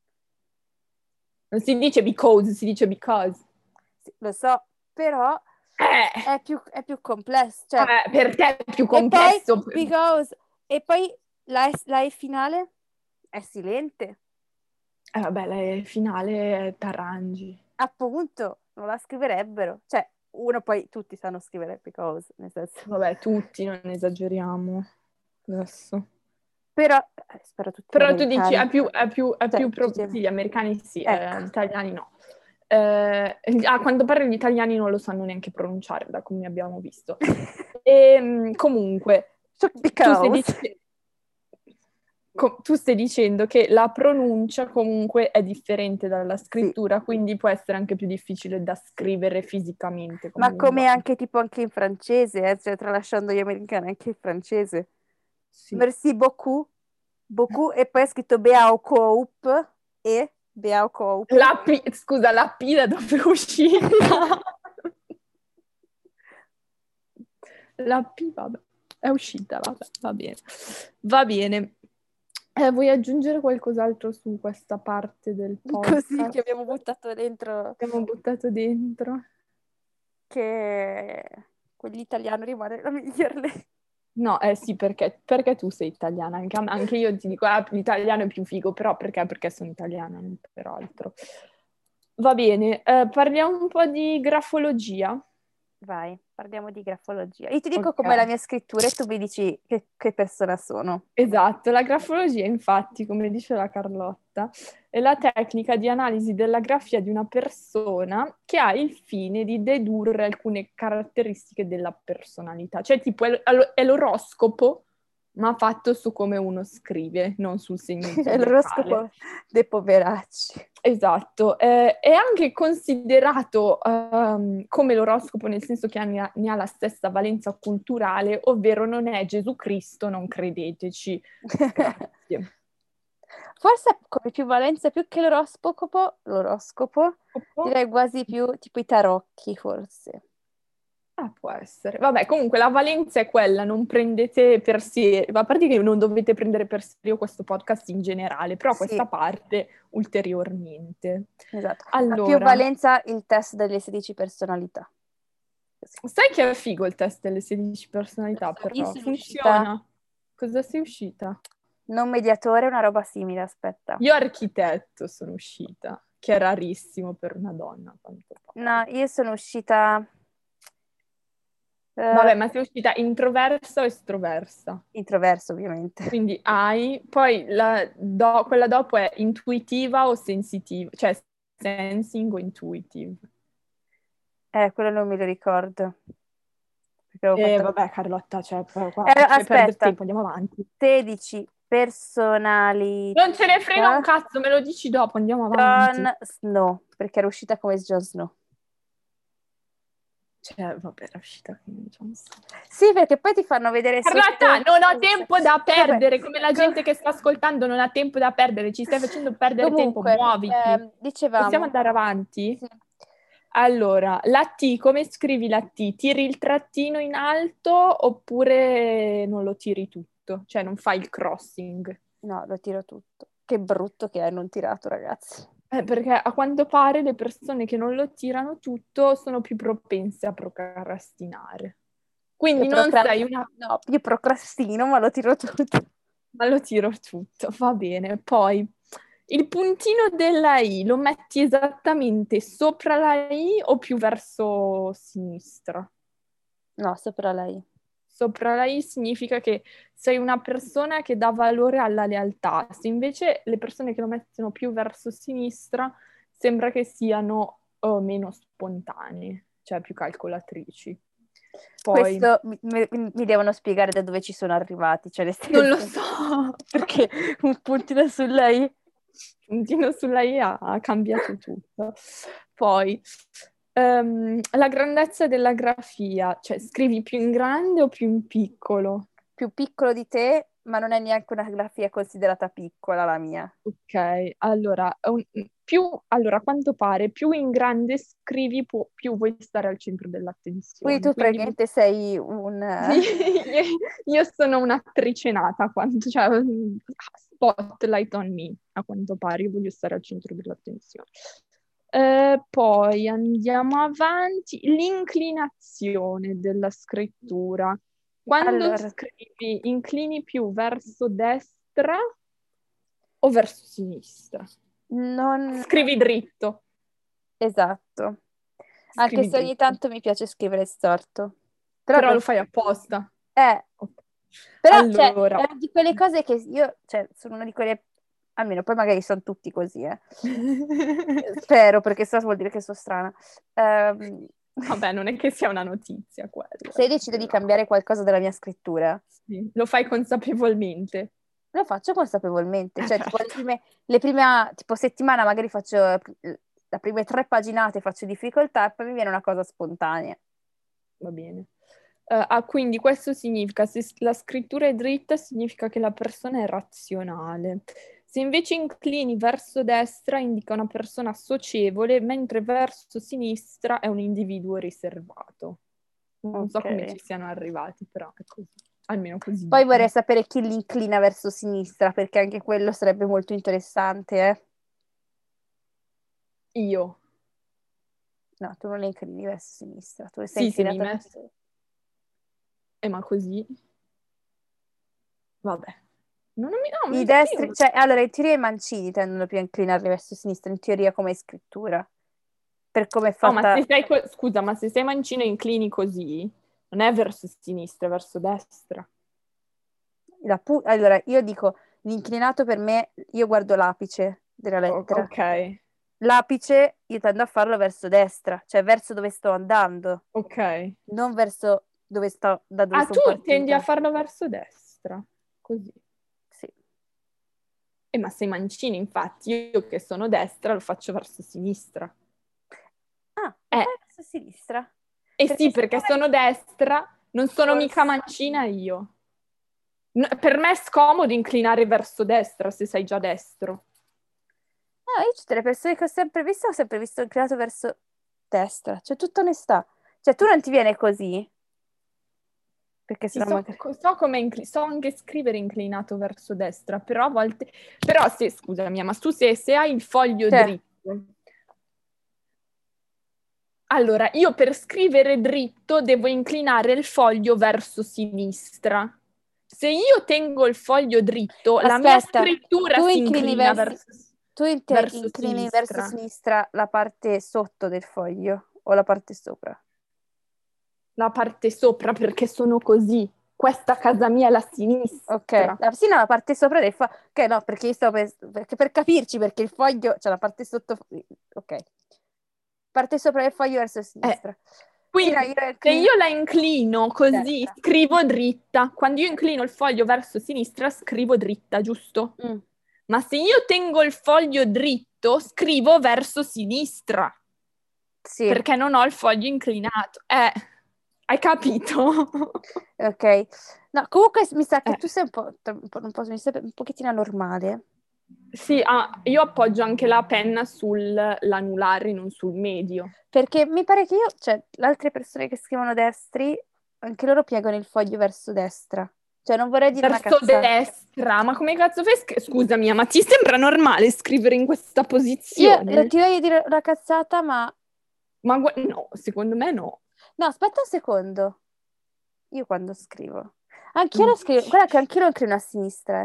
Non si dice because, si dice because. Sì, lo so, però È più complesso, cioè, Per te è più e poi, complesso. because, e poi la E finale è silente, Vabbè, la finale t'arrangi. appunto, non la scriverebbero, cioè, uno poi tutti sanno scrivere because, nel senso, Vabbè, tutti, non esageriamo. Adesso. però, spero tutti gli Però tu dici americani, è cioè, più tutti, sì, gli americani sì, ecco, gli italiani no. A quanto pare gli italiani non lo sanno neanche pronunciare, da come abbiamo visto. Comunque, tu stai, because, dic- tu stai dicendo che la pronuncia comunque è differente dalla sì, scrittura, quindi può essere anche più difficile da scrivere fisicamente come ma come linguaggio. anche tipo anche in francese, cioè, tralasciando gli americani, anche il francese. Sì. Merci beaucoup, beaucoup, e poi è scritto Beaucoup e Beaucoup. Scusa, la P da dove è uscita? La P, vabbè, è uscita, vabbè, va bene. Va bene. Vuoi aggiungere qualcos'altro su questa parte del Così che podcast abbiamo buttato dentro che abbiamo buttato dentro? che quell'italiano rimane la miglior lingua. No, sì, perché tu sei italiana, anche io ti dico, l'italiano è più figo, però perché? Perché sono italiana, non per altro. Va bene, parliamo un po' di grafologia. Vai, parliamo di grafologia. Io ti dico Ok. com'è la mia scrittura e tu mi dici che persona sono. Esatto, la grafologia, infatti, come dice la Carlotta, è la tecnica di analisi della grafia di una persona che ha il fine di dedurre alcune caratteristiche della personalità. Cioè, tipo, è l'oroscopo, ma fatto su come uno scrive, non sul segno È zodiacale. l'oroscopo dei poveracci. Esatto, è anche considerato come l'oroscopo nel senso che ne ha la stessa valenza culturale, ovvero non è Gesù Cristo, non credeteci. Grazie. Forse come più valenza, più che l'oroscopo, direi quasi più tipo i tarocchi, forse. Può essere. Vabbè, comunque la valenza è quella, non prendete per serio, a parte che non dovete prendere per serio questo podcast in generale, però questa Sì, parte ulteriormente. esatto. Ha più Allora, valenza il test delle 16 personalità. Così. sai che è figo il test delle 16 personalità, Io però sono uscita funziona? Cosa sei uscita? non mediatore, una roba simile, aspetta. Io architetto sono uscita, che è rarissimo per una donna, a quanto No, pare. io sono uscita Vabbè, ma sei uscita introversa o estroversa? introverso, ovviamente. Quindi hai, poi quella dopo è intuitiva o sensitiva, cioè sensing o intuitive. Quello non me lo ricordo. Perché avevo E fatto... vabbè, Carlotta, cioè, qua ci fai perdere aspetta, tempo, andiamo avanti. 16 personalità. Non ce ne frega un cazzo, me lo dici dopo, andiamo avanti. Jon Snow, perché era uscita come Jon Snow. Cioè, vabbè, era uscita con Johnson. Sì, perché poi ti fanno vedere Carlotta, sotto... non ho tempo da Vabbè, perdere, come la co- gente che sta ascoltando non ha tempo da perdere, ci stai facendo perdere tempo, comunque, muoviti. Possiamo dicevamo, andare avanti? sì. Allora, la T, come scrivi la T? Tiri il trattino in alto oppure non lo tiri tutto? Cioè non fai il crossing? No, lo tiro tutto. Che brutto che è non tirato, ragazzi. Perché a quanto pare le persone che non lo tirano tutto sono più propense a procrastinare. Io Quindi non sei una... no, io procrastino, ma lo tiro tutto. Ma lo tiro tutto, va bene. Poi il puntino della I lo metti esattamente sopra la I o più verso sinistra? No, sopra lei. Sopra la I significa che sei una persona che dà valore alla lealtà. Se invece le persone che lo mettono più verso sinistra sembra che siano meno spontanee, cioè più calcolatrici. Poi, Questo mi devono spiegare da dove ci sono arrivati, cioè nel non lo senso, so, perché un puntino su lei? puntino sulla I ha cambiato tutto. Poi, la grandezza della grafia, cioè scrivi più in grande o più in piccolo? Più piccolo di te, ma non è neanche una grafia considerata piccola la mia. Ok, allora, allora, a quanto pare, più in grande scrivi, più vuoi stare al centro Quindi dell'attenzione. tu Quindi praticamente sei un... sì, io sono un'attrice nata, cioè, spotlight on me, a quanto pare, io voglio stare al centro dell'attenzione. Poi andiamo avanti. L'inclinazione della scrittura. Quando Allora, scrivi, inclini più verso destra o verso sinistra? non Scrivi dritto. esatto. Anche Scrivi se ogni dritto. tanto mi piace scrivere storto. Però Però lo per... fai apposta. Eh, Ok. però, cioè, Allora. è una di quelle cose che io, cioè, sono una di quelle, almeno poi magari sono tutti così, eh. Spero, perché se no vuol dire che sono strana. Ehm, Vabbè, non è che sia una notizia quella. Se io decido di Però cambiare qualcosa della mia scrittura, sì, lo fai consapevolmente. lo faccio consapevolmente. Cioè, tipo, Certo, le prime, tipo, settimana magari faccio le prime 3 paginate, faccio difficoltà e poi mi viene una cosa spontanea. va bene. Quindi questo significa, se la scrittura è dritta, significa che la persona è razionale. Se invece inclini verso destra, indica una persona socievole, mentre verso sinistra è un individuo riservato. Non so come Ok. ci siano arrivati, però è così. Almeno così Poi vorrei dicono. sapere chi li inclina verso sinistra, perché anche quello sarebbe molto interessante, eh. Io. No, tu non li inclini verso sinistra, tu sei Sì, se mi inclinato metto. verso... Ma così. Vabbè. No, I io destri, non. cioè, allora, in teoria i mancini tendono più a inclinarli verso sinistra, in teoria come scrittura, per come è No, ma se fatta sei, scusa, ma se sei mancino e inclini così, non è verso sinistra, è verso destra. Allora, io dico, l'inclinato per me, io guardo l'apice della lettera. Ok, L'apice io tendo a farlo verso destra, cioè verso dove sto andando, ok. non verso dove sto, da dove Ah, sono tu tendi a partita. farlo verso destra, così. Sì. Ma sei mancino, infatti, io che sono destra lo faccio verso sinistra. Ah, lo Eh, fai verso sinistra? eh Perché sì, perché siccome sono destra, non sono mica forse... mancina io. Per me è scomodo inclinare verso destra se sei già destro. No, io tutte le persone che ho sempre visto inclinato verso destra, cioè tutta onestà. Cioè tu non ti viene così? Perché Sì, sennò magari... so come so anche scrivere inclinato verso destra, però a volte. Però se, scusami, ma tu se hai il foglio Cioè, dritto. Allora, io per scrivere dritto devo inclinare il foglio verso sinistra. Se io tengo il foglio dritto, la mia aspetta, scrittura tu si inclini inclina verso... verso, Tu verso inclini verso sinistra. sinistra la parte sotto del foglio o la parte sopra? La parte sopra perché sono così. Questa casa mia è la Ok, sinistra. sì, no, la parte sopra del foglio. Ok, no, perché io perché per capirci, perché il foglio, cioè la parte sotto... Ok, parte sopra del foglio verso Eh, sinistra. Sì, no, quindi io se inclino io la inclino così, destra. scrivo dritta. Quando io inclino il foglio verso sinistra, scrivo dritta, giusto? Mm, Ma se io tengo il foglio dritto, scrivo verso sinistra, sì, perché non ho il foglio inclinato. Hai capito? ok. No, comunque mi sa che Eh, tu sei mi sembra un pochettino anormale. sì, io appoggio anche la penna sull'anulare, non sul medio. Perché mi pare che io, cioè, le altre persone che scrivono destri, anche loro piegano il foglio verso destra. Cioè, non vorrei dire una Verso cazzata. destra, ma come cazzo fai? Scusami, ma ti sembra normale scrivere in questa Io posizione? ti voglio dire una cazzata, ma... Ma no, secondo me no. No, aspetta un secondo. Io quando scrivo. Anch'io Mm. lo scrivo. Guarda che anch'io lo inclino a sinistra.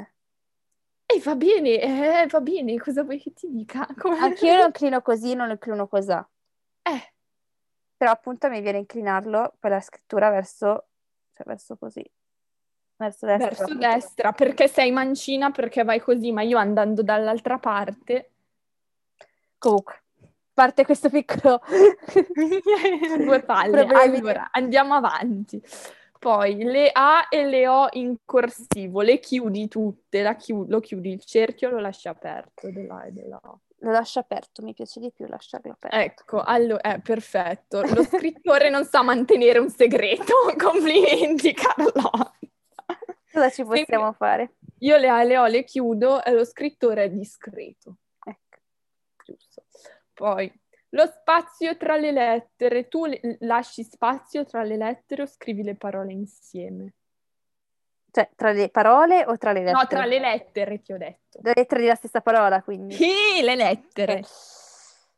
Va bene, cosa vuoi che ti dica? Anch'io lo inclino così, non lo inclino così. Eh, Però appunto mi viene a inclinarlo per la scrittura verso, cioè verso così, verso destra verso appunto. destra, perché sei mancina, perché vai così, ma io andando dall'altra parte. Comunque, parte questo piccolo Due palle. problemi. Allora, andiamo avanti. Poi le A e le O in corsivo, le chiudi tutte, lo chiudi il cerchio, lo lasci aperto della A e della O. Lo lascio aperto, mi piace di più lasciarlo aperto. Ecco, allora, perfetto. Lo scrittore non sa mantenere un segreto. Complimenti, Carlotta. Cosa ci Sempre- possiamo fare? Io le A e le O le chiudo e lo scrittore è discreto. Ecco. Giusto. Poi, lo spazio tra le lettere. Tu lasci spazio tra le lettere o scrivi le parole insieme? Cioè, tra le parole o tra le No, tra lettere? le lettere ti ho detto. Le lettere della stessa parola, quindi. Sì, le Ok. lettere.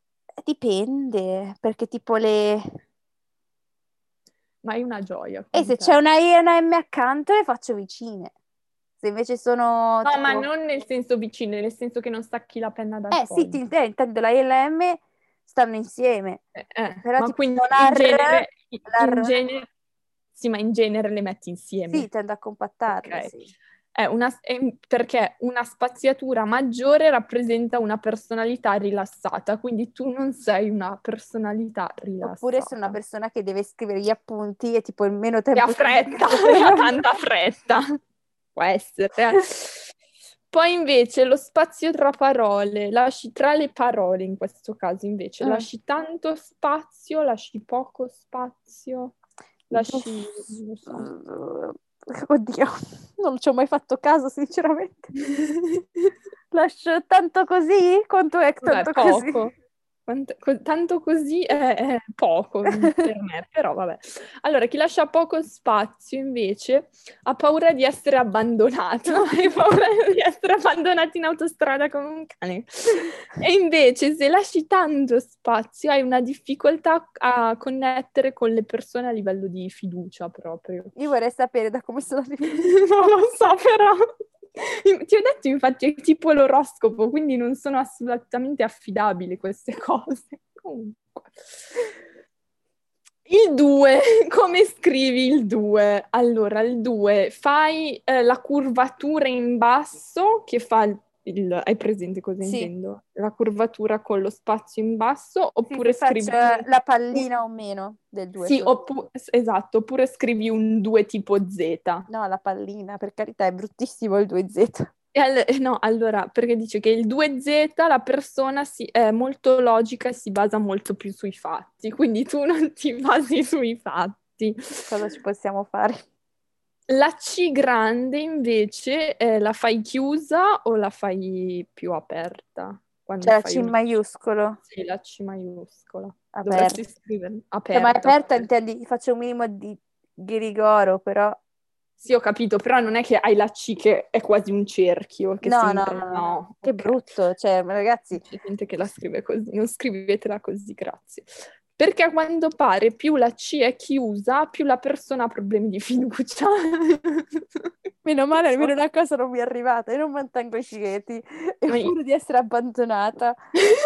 Dipende, perché tipo le... Ma è una gioia E con se c'è te. una I e una M accanto, le faccio vicine. Se invece sono No, ma tipo... non nel senso vicino, nel senso che non stacchi la penna dal Sì, foglio. intendo la I e la M stanno insieme. Però Ma tipo se quindi una R, la in R... genere, sì, ma in genere le metti Sì, insieme. tendo a compattarle, Ok. sì. Perché una spaziatura maggiore rappresenta una personalità rilassata, quindi tu non sei una personalità Oppure sono una rilassata. persona che deve scrivere gli appunti e tipo il meno E ha tempo fretta, possibile e ha per... tanta fretta. Può essere. Poi invece lo spazio tra parole, lasci tra le parole in questo caso invece, Mm. lasci tanto spazio, lasci poco spazio, lasci, non lo so. Oddio, non ci ho mai fatto caso, sinceramente. Lascio tanto così? Quanto è Vabbè, tanto così? poco. Tanto così è poco per me, però vabbè. Allora, chi lascia poco spazio invece ha paura di essere abbandonato, hai paura di essere abbandonato in autostrada come un cane. E invece se lasci tanto spazio hai una difficoltà a connettere con le persone a livello di fiducia proprio. Io vorrei sapere da come sono arrivata. Non lo so, però ti ho detto infatti è tipo l'oroscopo, quindi non sono assolutamente affidabili queste cose. Comunque. Il 2, come scrivi il 2? Allora, il 2, fai la curvatura in basso che fa hai presente cosa Sì, intendo? La curvatura con lo spazio in basso, sì, oppure che faccio scrivi la un- pallina o meno del 2 sì, solo. esatto, oppure scrivi un 2 tipo Z. No, la pallina, per carità, è bruttissimo il 2Z. No, allora, perché dice che il 2Z la persona è molto logica e si basa molto più sui fatti, quindi tu non ti basi sui fatti. Cosa ci possiamo fare? La C grande invece la fai chiusa o la fai più aperta? Quando C'è la C fai in una C. maiuscolo, Sì, la C maiuscola. aperta. Dovresti scrivere Cioè, ma è aperta. aperta intendi, faccio un minimo di ghirigoro, però... Sì, ho capito, però non è che hai la C che è quasi un cerchio, che No, no, sembra... no, no. No, Che ok. brutto, cioè, ragazzi, C'è gente che la scrive così, non scrivetela così, grazie. Perché a quanto pare più la C è chiusa, più la persona ha problemi di fiducia. meno Non male, so. almeno una cosa non mi è arrivata, io non mantengo i cigeti, e Ma pure di essere abbandonata.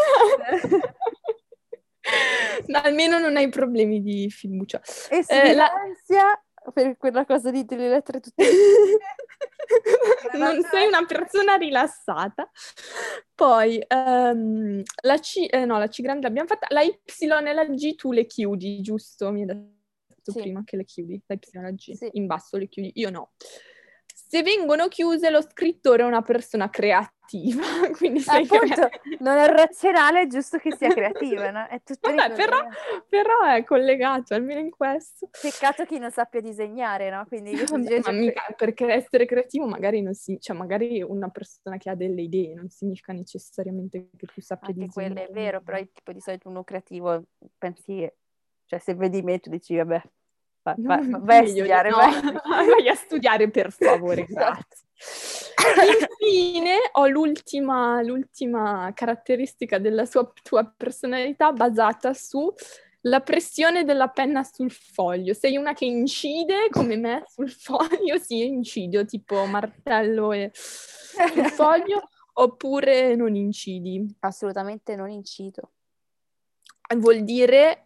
Ma almeno non hai problemi di fiducia. E se mi La... l'ansia per quella cosa di le lettere tutte insieme, per Non sei ragione. una persona rilassata. Poi la C, no, la C grande l'abbiamo fatta, la Y e la G tu le chiudi, giusto? Mi hai detto Sì, prima che le chiudi, la Y e la G, sì. in basso le chiudi, io no. Se vengono chiuse, lo scrittore è una persona creativa, quindi sei Appunto, creativa. non è razionale, è giusto che sia creativa, no? È tutto Vabbè, ricollegato. però è collegato, almeno in questo. Peccato che non sappia disegnare, no? Quindi che si Vabbè, ma dice mica, perché essere creativo magari non si, cioè magari una persona che ha delle idee non significa necessariamente che tu sappia anche quello è vero, però disegnare. è tipo di solito uno creativo pensi, cioè se vedi me tu dici vabbè, No, vai a meglio di studiare, no, vai. vai a studiare per favore, Esatto. grazie. Infine ho l'ultima caratteristica della tua personalità basata su la pressione della penna sul foglio. Sei una che incide come me sul foglio, sì, incido tipo martello sul foglio, oppure non incidi. Assolutamente non incido. Vuol dire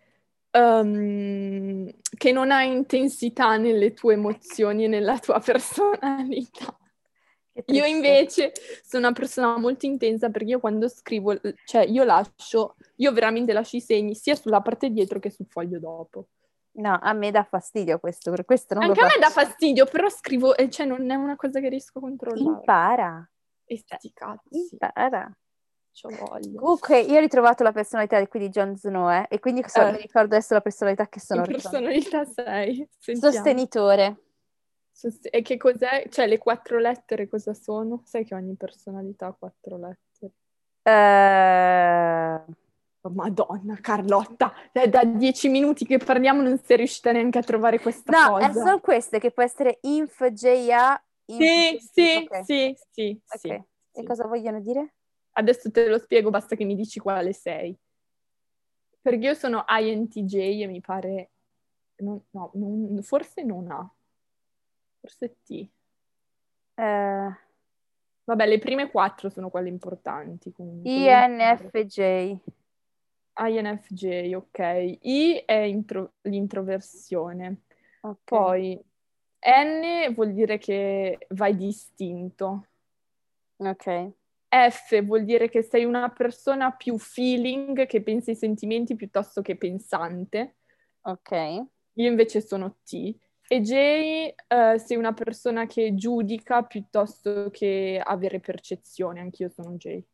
che non hai intensità nelle tue emozioni e nella tua personalità. Che Io tristezza. invece sono una persona molto intensa perché io quando scrivo, cioè io veramente lascio i segni sia sulla parte dietro che sul foglio dopo. No, a me dà fastidio questo, per questo non lo Anche a me dà faccio. fastidio, però scrivo, cioè non è una cosa che riesco a controllare. Impara. E Cioè, sti cazzi, impara. c'ho voglia. Comunque, io ho ritrovato la personalità di qui di Jon Snow, e quindi mi Eh, ricordo adesso la personalità che che sono orgogliosa. personalità sei? Sentiamo. Sostenitore. E che cos'è? Cioè, le 4 lettere cosa sono? Sai che ogni personalità ha 4 lettere. Eh, Oh, Madonna, Carlotta, è da 10 minuti che parliamo, non sei riuscita neanche a trovare questa No, cosa. sono queste che può essere inf, JA, inf, Sì, sì, ok, sì, sì, sì, ok. E sì. cosa vogliono dire? Adesso te lo spiego, basta che mi dici quale sei. Perché io sono INTJ e mi pare... forse non A, forse T. Eh, Vabbè, le prime 4 sono quelle importanti comunque. L'ultimo... INFJ. INFJ, ok. I è l'introversione. Ok, Poi N vuol dire che vai distinto. ok, F vuol dire che sei una persona più feeling, che pensa ai sentimenti piuttosto che pensante. ok. Io invece sono T. E J, sei una persona che giudica piuttosto che avere percezione. Anch'io sono J.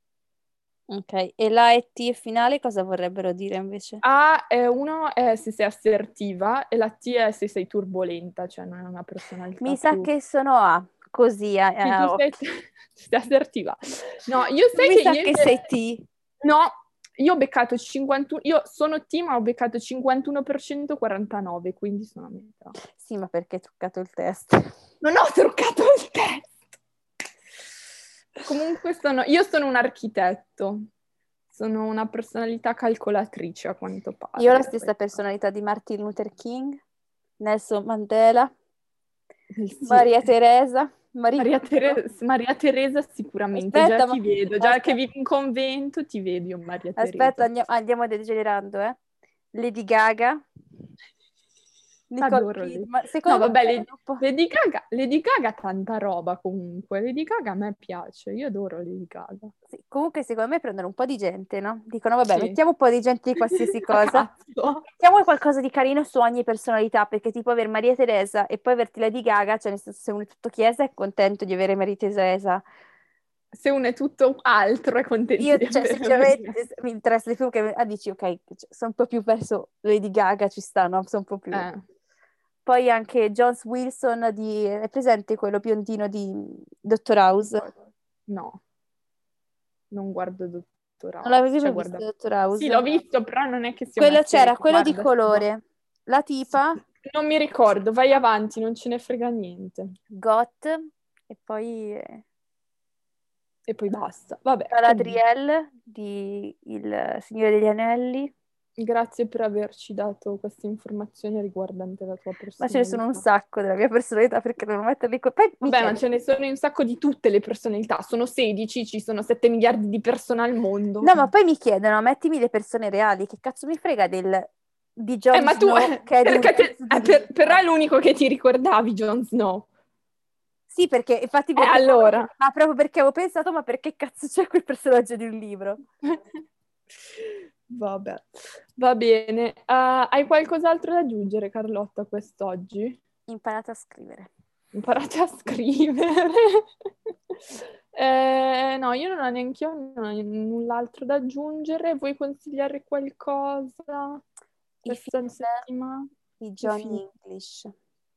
Ok, e la e T finale cosa vorrebbero dire invece? A è uno è se sei assertiva e la T è se sei turbolenta, cioè non è una personalità Mi sa più... che sono A, così Sì, tu a sei, occhio. sei assertiva. No, io sai Mi che sa io che sei invece... T. No, io ho beccato 51... Io sono T, ma ho beccato 51%, 49, quindi sono a metà. Sì, ma perché hai truccato il test? Non ho truccato il test! Comunque io sono un architetto. Sono una personalità calcolatrice, a quanto Io ho la pare. stessa personalità di Martin Luther King, Nelson Mandela, Sì. Maria Teresa, Marie Kondo. Maria Teresa sicuramente, già Aspetta, ti vedo, già che aspetta, vivi in convento ti vedi io Maria aspetta, Teresa. andiamo degenerando, eh. Lady Gaga, Nicole Adoro lei. Kidman. No, Secondo me vabbè, prendono un po'. Lady Gaga ha tanta roba comunque. Lady Gaga a me piace, io adoro Lady Gaga. Sì, comunque secondo me prendono un po' di gente, no? Dicono, vabbè, Sì. mettiamo un po' di gente di qualsiasi A cosa. cazzo. Mettiamo qualcosa di carino su ogni personalità, perché tipo avere Maria Teresa e poi averti Lady Gaga, cioè nel senso se uno è tutto chiesa è contento di avere Maria Teresa. Se uno è tutto altro è contento Io, di cioè, avere Lady Gaga. sinceramente mi interessa di più che dici, ok, cioè, sono un po' più verso Lady Gaga, ci stanno, sono un po' più... Eh, Poi anche Jones Wilson di... È presente quello biondino di Dottor di House? cosa? No, non guardo Dottor Non House. l'avevi Cioè, mai visto guarda... Dottor Sì, House? l'ho visto, però non è che sia una Quello serie c'era, che quello di guarda colore. La tipa, Non mi ricordo, vai avanti, non ce ne frega niente. Goth, e poi E poi basta. Vabbè, comunque, Galadriel di Il Signore degli Anelli. grazie per averci dato queste informazioni riguardante la tua Ma ce ne sono un personalità. sacco della mia personalità perché devo metterli qua. Poi mi Vabbè, ma chiedo, ce ne sono un sacco di tutte le personalità. Sono 16, ci sono 7 miliardi di persone al mondo. no, ma poi mi chiedono, mettimi le persone reali, che cazzo mi frega di Jon Ma tu, Snow che è di un perché pezzo di però libro? è l'unico che ti ricordavi, Jon Snow. Sì, perché infatti perché Allora. ma proprio perché avevo pensato, ma perché cazzo c'è quel personaggio di un libro? Vabbè, va bene. Hai qualcos'altro da aggiungere, Carlotta, quest'oggi? Imparate a scrivere. Imparate a scrivere. No, io non ho neanche io non ho null'altro da aggiungere. Vuoi consigliare qualcosa I questa film settimana? di Che film? Johnny English.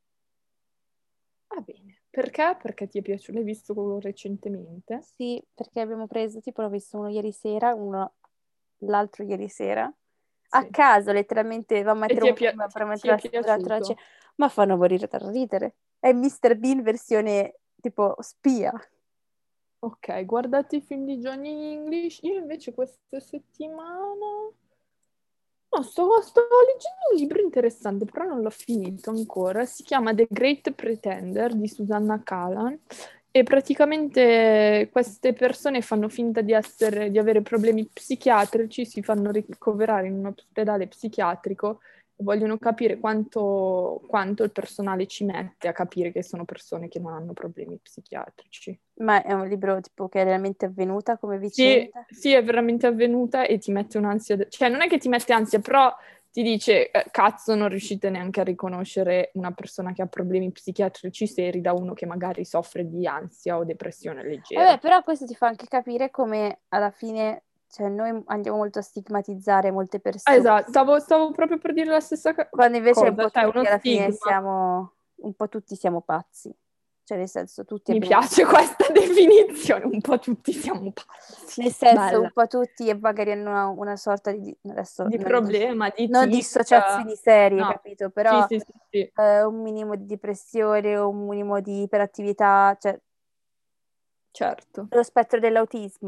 Va bene. Perché? Perché ti è piaciuto? L'hai visto recentemente? Sì, perché abbiamo preso, tipo l'ho visto uno ieri sera, uno l'altro ieri sera. A Sì. caso, letteralmente, va a E mettere un film per ti mentre è durante la piaciuto? ma fanno morire da ridere. È Mr. Bean versione tipo spia. Ok, guardate i film di Johnny English. Io invece questa settimana... No, sto leggendo un libro interessante, però non l'ho finito ancora. Si chiama The Great Pretender di Susanna Callan e praticamente queste persone fanno finta di avere problemi psichiatrici, si fanno ricoverare in un ospedale psichiatrico e vogliono capire quanto il personale ci mette a capire che sono persone che non hanno problemi psichiatrici. Ma è un libro tipo che è realmente avvenuta come Sì, vicenda. sì, è veramente avvenuta e ti mette un'ansia, cioè non è che ti mette ansia, però ti dice, cazzo, non riuscite neanche a riconoscere una persona che ha problemi psichiatrici seri da uno che magari soffre di ansia o depressione Vabbè, leggera. però questo ti fa anche capire come alla fine, cioè, noi andiamo molto a stigmatizzare molte persone, Esatto, stavo proprio per dire la stessa quando invece un cosa, po' cioè tutti uno alla fine stigma. siamo, un po' tutti siamo pazzi. Cioè, nel senso, tutti Mi abbiamo, piace questa definizione, un po' tutti siamo pazzi. nel senso, un Bella. po' tutti e magari hanno una sorta adesso Di problema, di non tic. dissociazioni serie, No, capito? sì, Però sì, sì, sì, un minimo di depressione, un minimo di iperattività, cioè certo. lo spettro dell'autismo.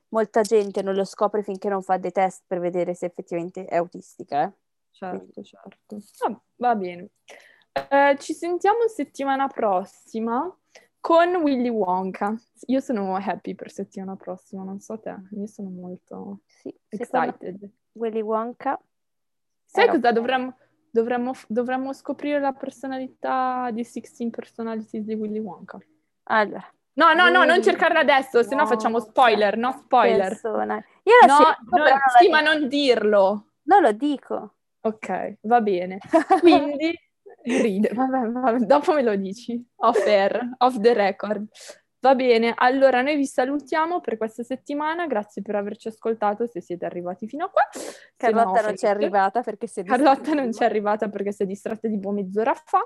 molta gente non lo scopre finché non fa dei test per vedere se effettivamente è autistica, eh. Quindi, Certo. Va bene. Ci sentiamo settimana prossima con Willy Wonka. Io sono happy per settimana prossima, non so te, io sono molto sì, secondo me excited. Willy Wonka Sai era... cosa dovremmo scoprire la personalità di 16 Personalities di Willy Wonka? Allora, No, non Willy cercarla adesso, se no facciamo Wonka, spoiler, no spoiler. persona... Io la No, cerco, però non la sì, ma dico. non dirlo. Non lo dico. Ok, va bene. Quindi, ride, vabbè, dopo me lo dici, off air, off the record. Va bene, allora noi vi salutiamo per questa settimana, grazie per averci ascoltato se siete arrivati fino a qua. Se no, Carlotta non c'è finite. arrivata perché si è distratta Carlotta non prima. c'è arrivata perché si è distratta tipo mezz'ora fa.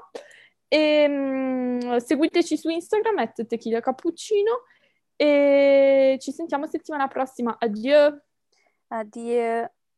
Seguiteci su Instagram, @tequila_cappuccino e ci sentiamo settimana prossima. Addio! Addio.